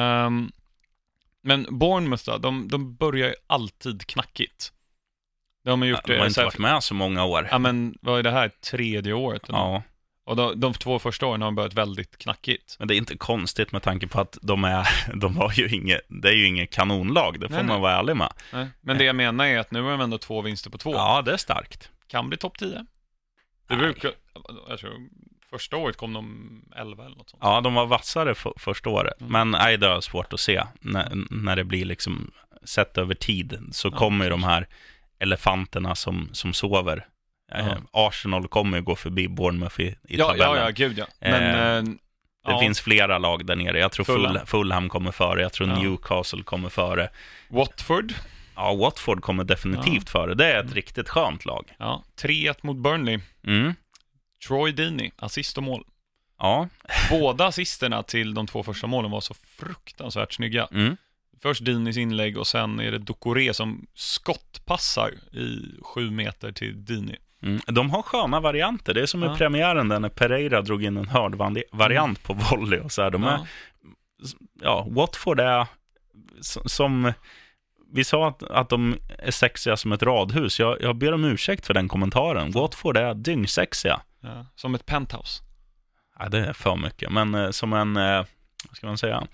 Men Bournemouth då, de börjar ju alltid knackigt. De har gjort de har inte varit med så många år. Ja, men vad är det här? 3:e året? Eller? Ja. Och de 2 första åren har börjat väldigt knackigt. Men det är inte konstigt med tanke på att de har ju det är ju inget kanonlag, det får man vara ärlig med. Nej. Men det jag menar är att nu har de ändå 2 vinster på 2. Ja, det är starkt. Kan bli topp 10. Det brukar, jag tror, första året kom de 11 eller något sånt. Ja, de var vassare första året. Men det är svårt att se när det blir liksom sett över tid. Så kommer ju de här elefanterna som sover. Arsenal kommer ju gå förbi Bournemouth i tabellen. Ja, gud ja. Men, det finns flera lag där nere. Jag tror Fulham kommer före. Jag tror Newcastle kommer före. Watford. Ja, Watford kommer definitivt före. Det är ett riktigt skönt lag. Ja, 3-1 mot Burnley. Troy Deeney, assist och mål. Ja. Båda assisterna till de 2 första målen var så fruktansvärt snygga. Först Deeneys inlägg och sen är det Doucouré som skottpassar i 7 meter till Deeney. De har sköna varianter. Det är som i premiären där när Pereira drog in en hörd variant på volley och så här. Watford är som vi sa att de är sexiga som ett radhus. Jag ber om ursäkt för den kommentaren. Watford är dyngsexiga. Ja, som ett penthouse. Ja, det är för mycket. Men som en, vad ska man säga?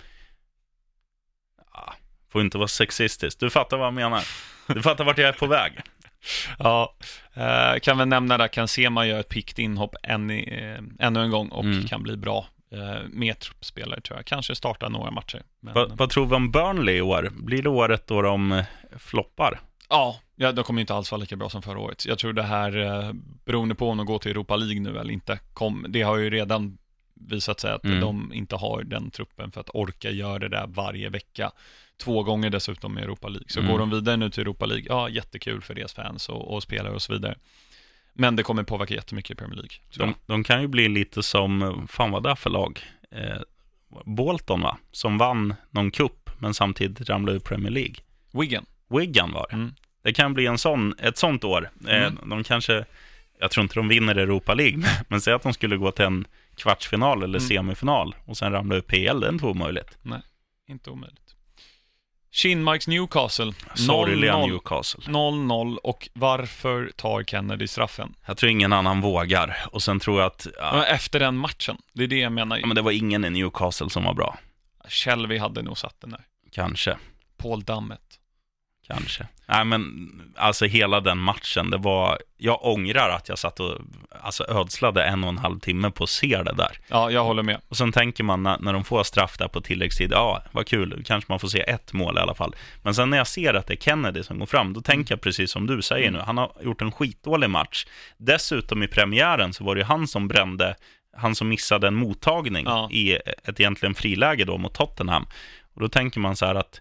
Får inte vara sexistisk. Du fattar vad jag menar. Du fattar vart jag är på väg. Ja, kan väl nämna där Cancema gör ett pikt inhopp ännu en gång och kan bli bra med truppspelare tror jag. Kanske starta några matcher. Men... Vad tror vi om Burnley i år? Blir det året då de floppar? Ja, de kommer inte alls vara lika bra som förra året. Jag tror det här, beroende på om de går till Europa League nu eller inte, det har ju redan visat sig att de inte har den truppen för att orka göra det där varje vecka. 2 gånger dessutom i Europa League. Så går de vidare nu till Europa League, ja, jättekul för deras fans och spelare och så vidare. Men det kommer påverka jättemycket i Premier League. De kan ju bli lite som, fan vad det är för lag? Bolton va? Som vann någon cup men samtidigt ramlade ur Premier League. Wigan var det. Det kan bli ett sånt år. De kanske, jag tror inte de vinner Europa League, men säg att de skulle gå till en kvartsfinal eller semifinal och sen ramla ur PL, det är inte omöjligt. Nej, inte omöjligt. Kinmarks Newcastle. Sorgliga Newcastle. 0-0 och varför tar Kennedy straffen? Jag tror ingen annan vågar. Och sen tror jag att... Efter den matchen, det är det jag menar. Ja, men det var ingen i Newcastle som var bra. Shelby hade nog satt den där. Kanske. Paul Dammet. Kanske. Nej, men alltså hela den matchen, det var... Jag ångrar att jag satt och ödslade 1,5 timme på att se det där. Ja, jag håller med. Och sen tänker man när de får straff där på tilläggstid, ja, vad kul, kanske man får se 1 mål i alla fall. Men sen när jag ser att det är Kennedy som går fram, då tänker jag precis som du säger nu. Han har gjort en skitdålig match. Dessutom i premiären så var det ju han som missade en mottagning i ett egentligen friläge då mot Tottenham. Och då tänker man så här att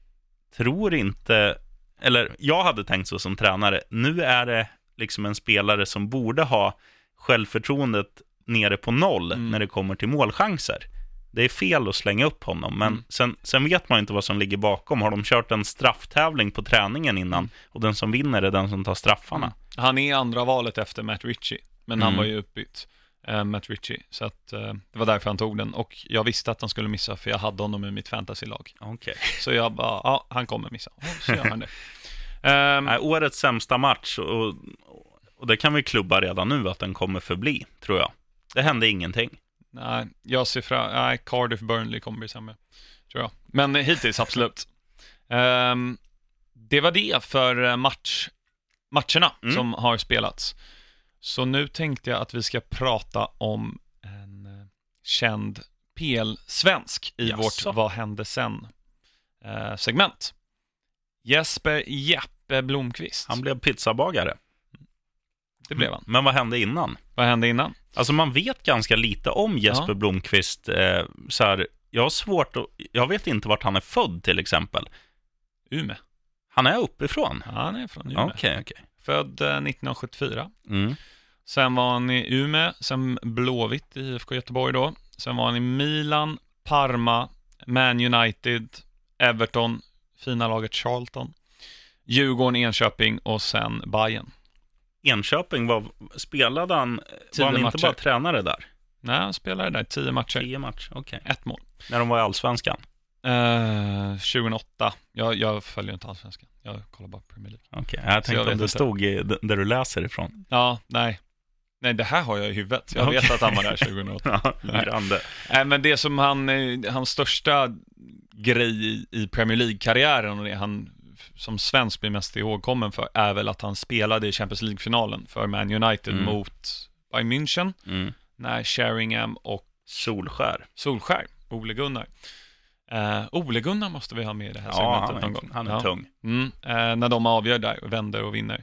jag hade tänkt så som tränare, nu är det liksom en spelare som borde ha självförtroendet nere på 0 när det kommer till målchanser. Det är fel att slänga upp honom, men sen vet man inte vad som ligger bakom. Har de kört en strafftävling på träningen innan och den som vinner är den som tar straffarna? Han är andra valet efter Matt Ritchie, men han var ju uppbytt. Matt Ritchie, så att det var därför han tog den, och jag visste att han skulle missa för jag hade honom i mitt fantasylag. Okay. Så jag bara, han kommer missa. Så gör han det. Årets sämsta match, och det kan vi klubba redan nu att den kommer förbli, tror jag. Det hände ingenting. Nej, jag ser Cardiff Burnley kommer bli sämre, tror jag. Men hittills absolut. Det var det för matcherna som har spelats. Så nu tänkte jag att vi ska prata om en känd PL-svensk i vårt Vad hände sen segment. Jesper Jeppe Blomqvist. Han blev pizzabagare. Det blev han. Men vad hände innan? Vad hände innan? Alltså man vet ganska lite om Jesper Blomqvist. Så här, jag vet inte vart han är född till exempel. Umeå. Han är uppifrån? Ja, han är från Umeå. Okej. Född 1974. Sen var han i Umeå, sen Blåvitt i IFK Göteborg då. Sen var han i Milan, Parma, Man United, Everton, fina laget Charlton, Djurgården, Enköping och sen Bayern. Enköping spelade han, var han inte bara tränare där? Nej, han spelade där 10 matcher. 10 matcher, okej. 1 mål. När de var i Allsvenskan? 2008. Jag följer inte Allsvenskan. Jag kollar bara Premier League. Okej, jag tänkte om det stod där du läser ifrån. Ja, nej, Nej, det här har jag i huvudet. Jag vet att han var där 2008. Ja, grande. Men det som hans största grej i Premier League-karriären och det han som svensk blir mest ihågkommen för är väl att han spelade i Champions League-finalen för Man United mot Bayern München när Sheringham och Solskär, Ole Gunnar. Ole Gunnar måste vi ha med i det här segmentet någon gång. Han är tung. När de avgör där och vänder och vinner.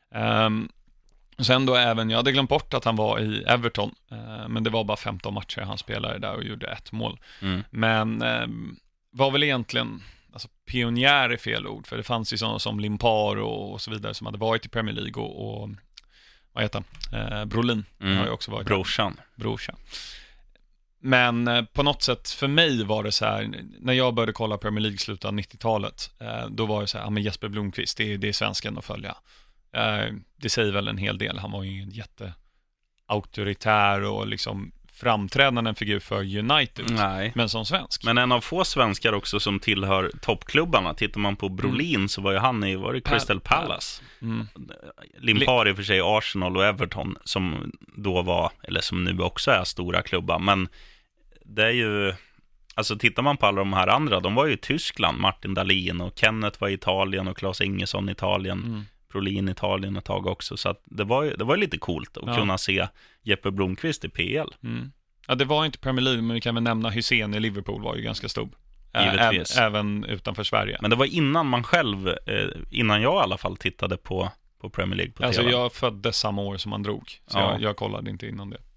Sen då även, jag hade glömt bort att han var i Everton, men det var bara 15 matcher han spelade där och gjorde 1 mål. Men var väl egentligen, alltså pionjär är fel ord, för det fanns ju sådana som Limpar och så vidare som hade varit i Premier League och vad heter han? Brolin har ju också varit Brorsan. Men på något sätt för mig var det så här, när jag började kolla Premier League slutet av 90-talet, då var det så här, ja, men Jesper Blomqvist, det är svensken att följa. Det säger väl en hel del. Han var ju en jätteauktoritär och liksom framträdande figur för United. Nej. Men som svensk. Men en av få svenskar också som tillhör toppklubbarna. Tittar man på Brolin så var ju han i Crystal Palace. Limpar i och för sig Arsenal och Everton som då var, eller som nu också är stora klubbar. Men det är ju, alltså tittar man på alla de här andra, de var ju i Tyskland. Martin Dahlin och Kenneth var i Italien och Claes Ingesson i Italien. Brolin i Italien ett tag också. Så att det var lite coolt att kunna se Jeppe Blomqvist i PL. Ja, det var inte Premier League, men vi kan väl nämna Hussein i Liverpool var ju ganska stor. Även utanför Sverige. Men det var innan man själv, innan jag i alla fall tittade på Premier League på alltså TV. Jag föddes samma år som han drog. Så jag kollade inte innan det.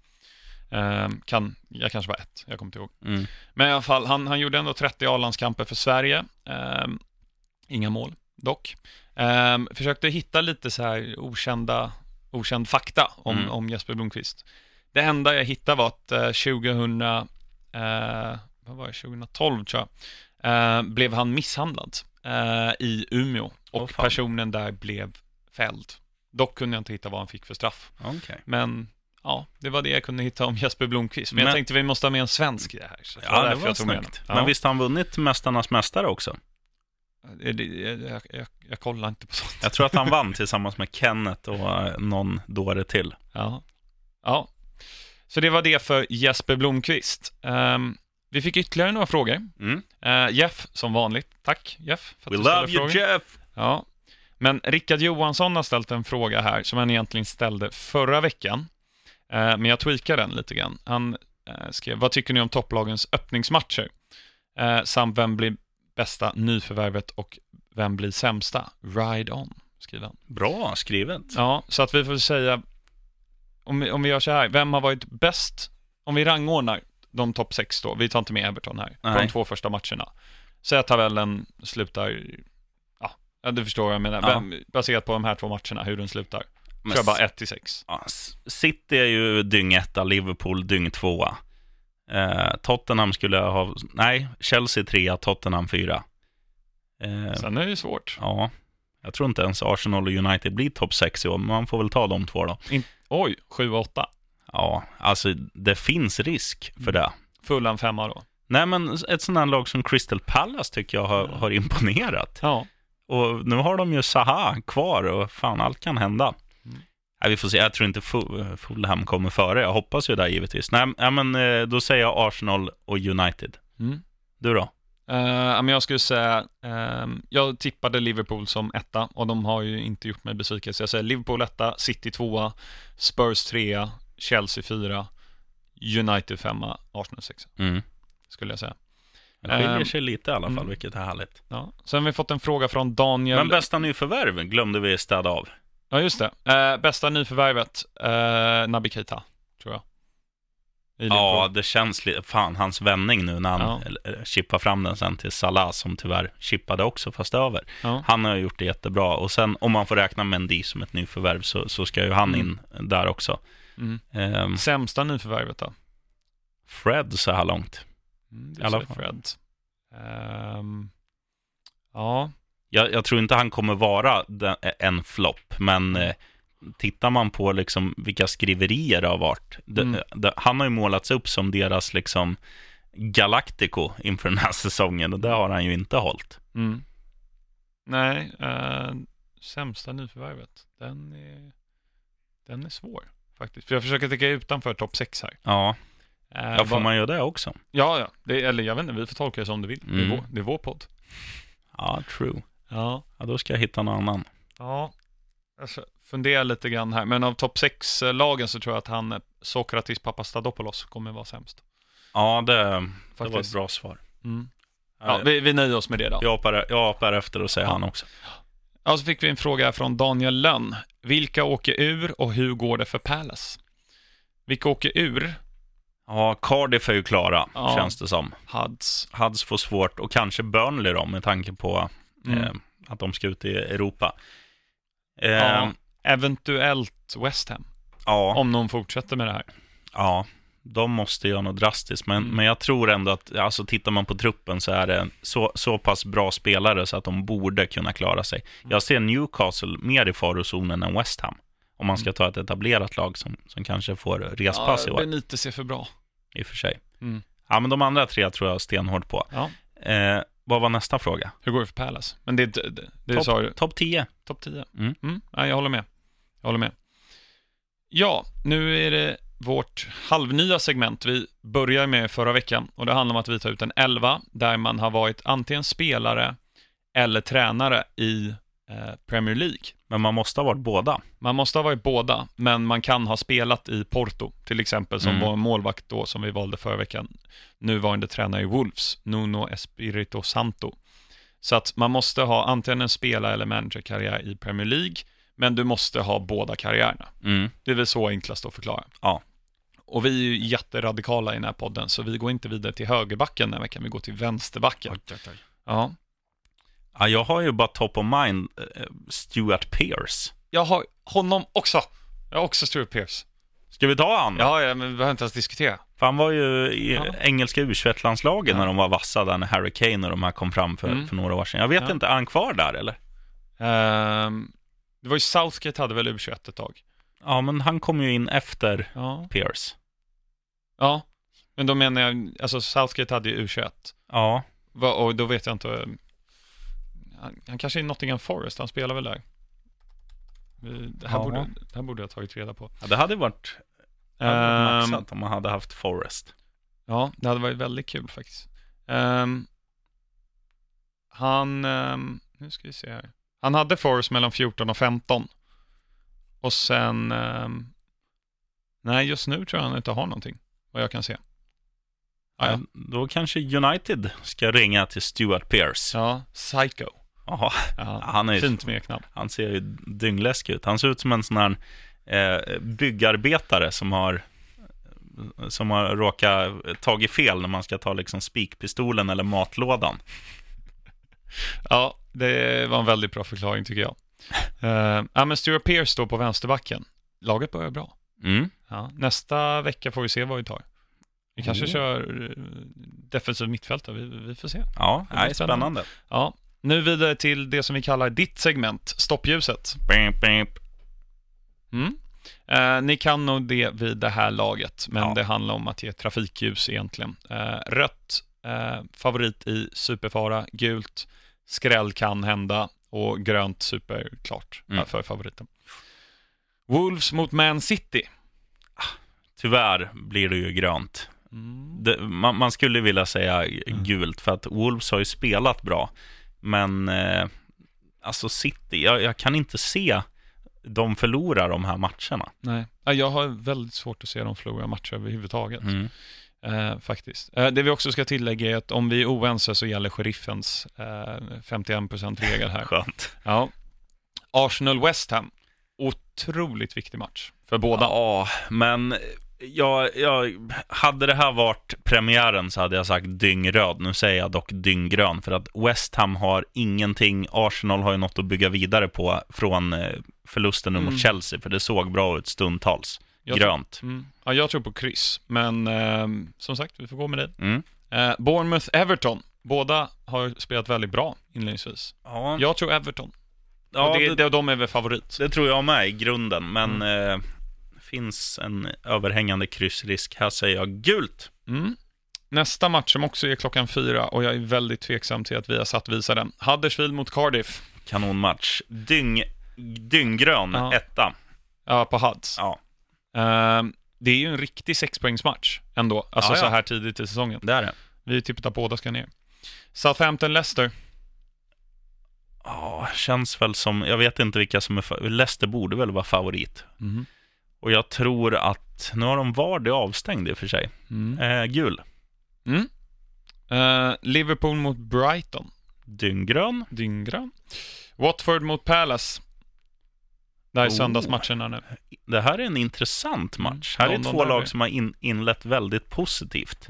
Jag kanske var 1, jag kommer inte ihåg. Men i alla fall, han gjorde ändå 30 A-landskamper för Sverige. Inga mål, dock. Försökte hitta lite så här okänd fakta om Jesper Blomqvist. Det enda jag hittade var att 2012 tror jag, blev han misshandlad i Umeå och personen där blev fälld. Dock kunde jag inte hitta vad han fick för straff. Okay. Men ja, det var det jag kunde hitta om Jesper Blomqvist. Men jag tänkte vi måste ha med en svensk i det här. Så det var snyggt. Men visst har han vunnit Mästarnas mästare också? Jag kollar inte på sånt. Jag tror att han vann tillsammans med Kenneth och någon dåre till. Ja. Så det var det för Jesper Blomqvist. Vi fick ytterligare några frågor. Jeff, som vanligt. Tack Jeff för att We love you Jeff. Ja. Men Rickard Johansson har ställt en fråga här som han egentligen ställde förra veckan. Men jag tweakar den lite grann. Han skrev, vad tycker ni om topplagens öppningsmatcher? Samt vem blir bästa nyförvärvet och vem blir sämsta? Ride on, skriver han. Bra skrivet. Ja, så att vi får säga, om vi gör så här, vem har varit bäst? Om vi rangordnar de topp 6 då, vi tar inte med Everton här, på de 2 första matcherna. Så att tabellen slutar, ja du förstår vad jag menar, baserat på de här 2 matcherna, hur den slutar. Men, kör bara 1-6. Ja, City är ju dyng 1, Liverpool dyng 2. Tottenham skulle jag ha... Nej, Chelsea 3, Tottenham 4. Sen är det svårt. Ja, jag tror inte ens Arsenal och United blir topp 6 i år, men man får väl ta de 2 då. 7-8. Ja, alltså det finns risk för det. Fulham 5 då. Nej, men ett sånt här lag som Crystal Palace tycker jag har imponerat. Ja. Och nu har de ju Zaha kvar och fan, allt kan hända. Nej, vi får se. Jag tror inte Fulham kommer före. Jag hoppas ju där givetvis. Nej, men då säger jag Arsenal och United. Du då? Men jag skulle säga jag tippade Liverpool som 1 och de har ju inte gjort mig besviken. Så jag säger Liverpool 1, City 2, Spurs 3, Chelsea 4, United 5, Arsenal 6. Skulle jag säga. Det skiljer sig lite i alla fall, vilket är härligt. Ja. Sen har vi fått en fråga från Daniel. Men bästa nyförvärv glömde vi städa av. Ja, just det. Bästa nyförvärvet, Naby Keita, tror jag. Ja, det känns lite... Fan, hans vändning nu när han chippar fram den sen till Salah, som tyvärr chippade också fast över. Ja. Han har gjort det jättebra. Och sen, om man får räkna Mendy som ett nyförvärv så ska ju han in där också. Sämsta nyförvärvet då? Fred så här långt. I alla fall. Fred. Ja. Jag tror inte han kommer vara en flopp, men tittar man på liksom vilka skriverier det har varit, han har ju målats upp som deras liksom Galactico inför den här säsongen, och det har han ju inte hållit. Nej, sämsta nyförvärvet, den är svår faktiskt. För jag försöker tänka utanför topp 6 här. Ja, får man göra det också? Ja. Eller jag vet inte, vi får tolka det som du vill. Det är vår podd. Ja, true. Ja, då ska jag hitta någon annan. Ja, alltså, fundera lite grann här. Men av topp 6-lagen så tror jag att Sokratis Papastadopoulos kommer vara sämst. Ja, det var ett bra svar. Ja, vi nöjer oss med det då. Jag apar efter och säger han också. Ja, så fick vi en fråga från Daniel Lönn. Vilka åker ur och hur går det för Palace? Vilka åker ur? Ja, Cardiff är ju klara, känns det som. Hudds får svårt, och kanske Burnley då, med tanke på att de ska ut i Europa. Eventuellt West Ham. Ja. Om någon fortsätter med det här. Ja, de måste göra något drastiskt. Men jag tror ändå att, alltså, tittar man på truppen så är det så pass bra spelare så att de borde kunna klara sig. Jag ser Newcastle mer i farozonen än West Ham. Om man ska ta ett etablerat lag som kanske får respass i år. Benitez är för bra. I och för sig. Ja, men de andra 3 tror jag stenhårt på. Ja. Vad var nästa fråga? Hur går det för Palace? Men det sa du. Topp 10. Topp 10. Ja, jag håller med. Ja, nu är det vårt halvnya segment vi börjar med förra veckan. Och det handlar om att vi tar ut en 11 där man har varit antingen spelare eller tränare i Premier League. Men man måste ha varit båda. Man måste ha varit båda, men man kan ha spelat i Porto, till exempel, som var en målvakt då som vi valde förra veckan. Nuvarande tränare i Wolves, Nuno Espirito Santo. Så att man måste ha antingen en spelare- eller managerkarriär i Premier League, men du måste ha båda karriärerna. Det är väl så enklast att förklara. Ja. Och vi är ju jätteradikala i den här podden, så vi går inte vidare till högerbacken den veckan, vi går till vänsterbacken. Ja. Ja, jag har ju bara top of mind Stuart Pearce. Jag har honom också. Jag har också Stuart Pearce. Ska vi ta han? Ja, men vi behöver inte ens diskutera. För han var ju i engelska U21-landslagen när de var vassa där, när Harry Kane och de här kom fram för några år sedan. Jag vet inte, är han kvar där eller? Det var ju Southgate hade väl U21 ett tag. Ja, men han kom ju in efter Pearce. Ja, men då menar jag, alltså Southgate hade ju U21. Ja. Och då vet jag inte. Han kanske är Nottingham Forest, han spelar väl där. Det här borde jag ha tagit reda på. Ja, det hade varit maxat om man hade haft Forest. Ja, det hade varit väldigt kul faktiskt. Nu ska vi se här. Han hade Forest mellan 14 och 15. Och sen nej, just nu tror jag han inte har någonting, vad jag kan se. Ja, då kanske United ska ringa till Stuart Pearce. Ja, Psycho. Aha. Han är fint smeknamn. Han ser ju dyngläsk ut. Han ser ut som en sån här byggarbetare som har råkat tagit fel när man ska ta liksom spikpistolen eller matlådan. Ja, det var en väldigt bra förklaring tycker jag. Men Stuart Pearce står på vänsterbacken. Laget börjar bra. Ja, nästa vecka får vi se vad vi tar. Vi kanske kör defensiv mittfältare. Vi får se. Ja, det är spännande. Ja, nu vidare till det som vi kallar ditt segment, stoppljuset. Ni kan nog det vid det här laget, men det handlar om att ge trafikljus egentligen. Rött, favorit i superfara. Gult, skräll kan hända. Och grönt, superklart för favoriten. Wolves mot Man City. Tyvärr blir det ju grönt. Man skulle vilja säga gult, för att Wolves har ju spelat bra. Men alltså City, jag kan inte se de förlorar de här matcherna. Nej, jag har väldigt svårt att se dem förlora matcher överhuvudtaget. Faktiskt. Det vi också ska tillägga är att om vi är oense så gäller sheriffens 51%-regel här. Skönt. Ja. Arsenal-West Ham. Otroligt viktig match för båda. Ja, men jag hade det här varit premiären så hade jag sagt dyngröd. Nu säger jag dock dynggrön, för att West Ham har ingenting. Arsenal har ju något att bygga vidare på från förlusten mot Chelsea, för det såg bra ut stundtals. Grönt. Ja, jag tror på kryss, men som sagt, vi får gå med det. Bournemouth-Everton. Båda har spelat väldigt bra inledningsvis. Ja. Jag tror Everton. Ja, de är väl favorit. Det tror jag med i grunden, men finns en överhängande kryssrisk. Här säger jag gult. Nästa match som också är 4:00, och jag är väldigt tveksam till att vi har satt visa den. Huddersfield mot Cardiff. Kanonmatch. Dynggrön, etta. Ja, på Huds. Ja. Det är ju en riktig 6-poängsmatch ändå. Alltså så här tidigt i säsongen. Det är det. Vi tippar att båda ska ner. Southampton-Leicester. Ja, känns väl som... Jag vet inte vilka som är... Leicester borde väl vara favorit. Och jag tror att... Nu har de Vardy avstängd i och för sig. Gul. Liverpool mot Brighton. Dynggrön. Watford mot Palace. Det här är söndagsmatcherna nu. Det här är en intressant match. Här är två lag som har inlett väldigt positivt.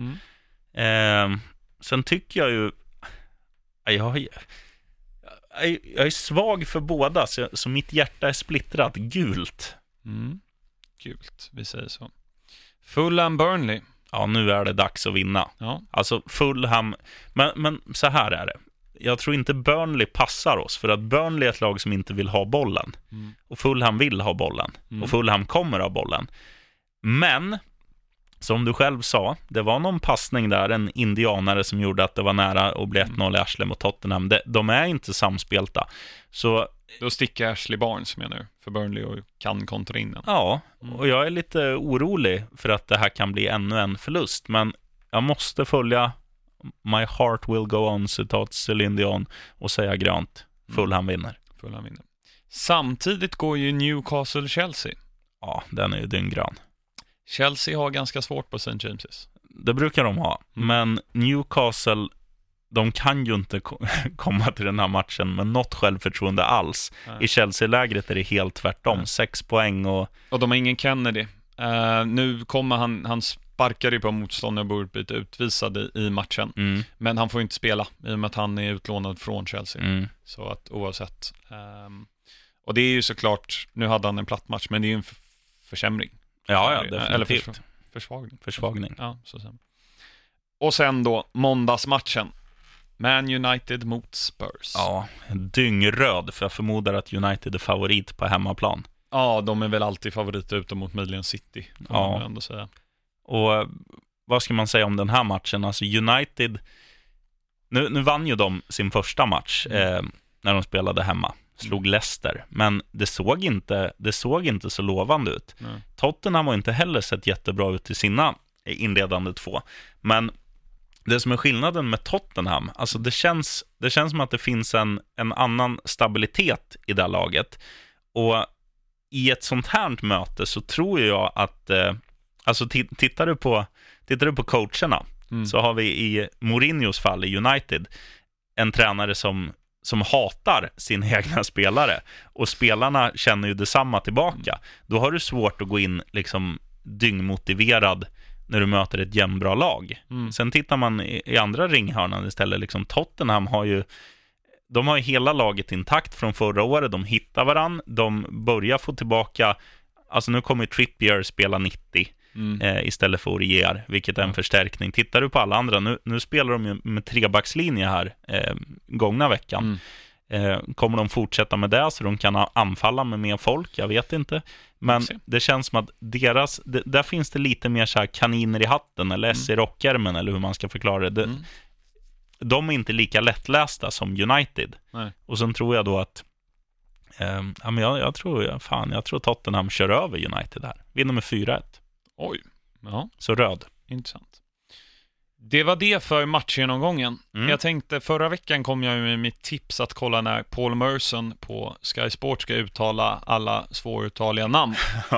Sen tycker jag ju... Jag är svag för båda, så mitt hjärta är splittrat. Gult. Gult, vi säger så. Fulham Burnley. Ja, nu är det dags att vinna. Ja. Alltså Fulham... Men så här är det. Jag tror inte Burnley passar oss, för att Burnley är ett lag som inte vill ha bollen. Och Fulham vill ha bollen. Och Fulham kommer ha bollen. Men, som du själv sa, det var någon passning där, en indianare som gjorde att det var nära att bli 1-0 i Ashley mot Tottenham. De är inte samspelta. Så... Då sticker Ashley Barnes, menar du, för Burnley och kan kontra in den. Ja, och jag är lite orolig för att det här kan bli ännu en förlust. Men jag måste följa My heart will go on, citat Celine Dion, och säga grönt. Fulham vinner. Samtidigt går ju Newcastle-Chelsea. Ja, den är ju dynggrön. Chelsea har ganska svårt på St. James's. Det brukar de ha. Men Newcastle, de kan ju inte komma till den här matchen med något självförtroende alls. I Chelsea-lägret är det helt tvärtom. 6 poäng och de har ingen Kennedy. Nu kommer han sparkade på motståndare och borde bli utvisad i matchen. Men han får inte spela i och med att han är utlånad från Chelsea. Så att oavsett. Och det är ju såklart, nu hade han en platt match, men det är ju en försämring. Ja, definitivt. Eller försvagning. Ja, så sen. Och sen då, måndagsmatchen. Man United mot Spurs. Ja, dyngröd, för jag förmodar att United är favorit på hemmaplan. Ja, de är väl alltid favoriter utom mot Milan City, kan man ändå säga. Och vad ska man säga om den här matchen? Alltså United, nu vann ju de sin första match när de spelade hemma. Slog Leicester, men det såg inte så lovande ut. Tottenham har inte heller sett jättebra ut i sina inledande 2. Men det som är skillnaden med Tottenham, alltså det känns som att det finns en annan stabilitet i det laget. Och i ett sånt här möte så tror jag att alltså tittar du på coacherna, så har vi i Mourinhos fall i United en tränare som hatar sina egna spelare, och spelarna känner ju detsamma tillbaka. Då har du svårt att gå in liksom dyngmotiverad när du möter ett jämnbra lag. Sen tittar man i andra ringhörnan istället, liksom Tottenham har ju hela laget intakt från förra året. De hittar varann, de börjar få tillbaka, alltså nu kommer Trippier spela 90 istället för Aurier, vilket är en förstärkning. Tittar du på alla andra, nu spelar de ju med 3-backslinje här gångna veckan. Kommer de fortsätta med det så de kan anfalla med mer folk? Jag vet inte. Men det känns som att där finns det lite mer så här kaniner i hatten eller S i rockärmen, eller hur man ska förklara det. De är inte lika lättlästa som United. Nej. Och sen tror jag då att jag tror Tottenham kör över United här. Vinner med 4-1. Oj, ja. Så röd. Intressant. Det var det för matchgenomgången. Jag tänkte, förra veckan kom jag med mitt tips att kolla när Paul Merson på Sky Sport ska uttala alla svåruttaliga namn.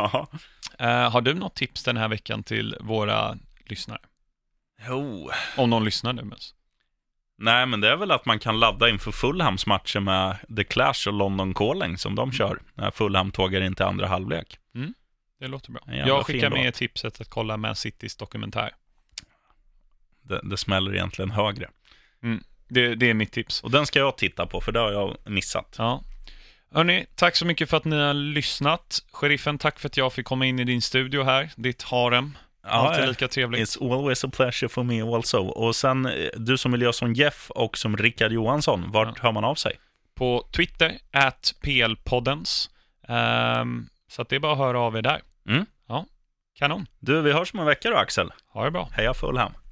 Har du något tips den här veckan till våra lyssnare? Jo. Om någon lyssnar nu mest. Nej, men det är väl att man kan ladda inför Fulhams matcher med The Clash och London Calling som de kör när Fulham tågar in till andra halvlek. Det låter bra. Jag skickar med tipset att kolla Man Citys dokumentär. Det smäller egentligen högre. Det är mitt tips. Och den ska jag titta på, för det har jag missat. Ja. Hörrni, tack så mycket för att ni har lyssnat. Sheriffen, tack för att jag fick komma in i din studio här. Ditt harem. Alltid lika trevligt. It's always a pleasure for me also. Och sen, du som vill göra som Jeff och som Rickard Johansson, vart hör man av sig? På Twitter, @plpoddens. Så att det är bara att höra av er där. Ja, kanon. Du, vi hörs om en vecka då, Axel. Ha det bra. Heja Fulham.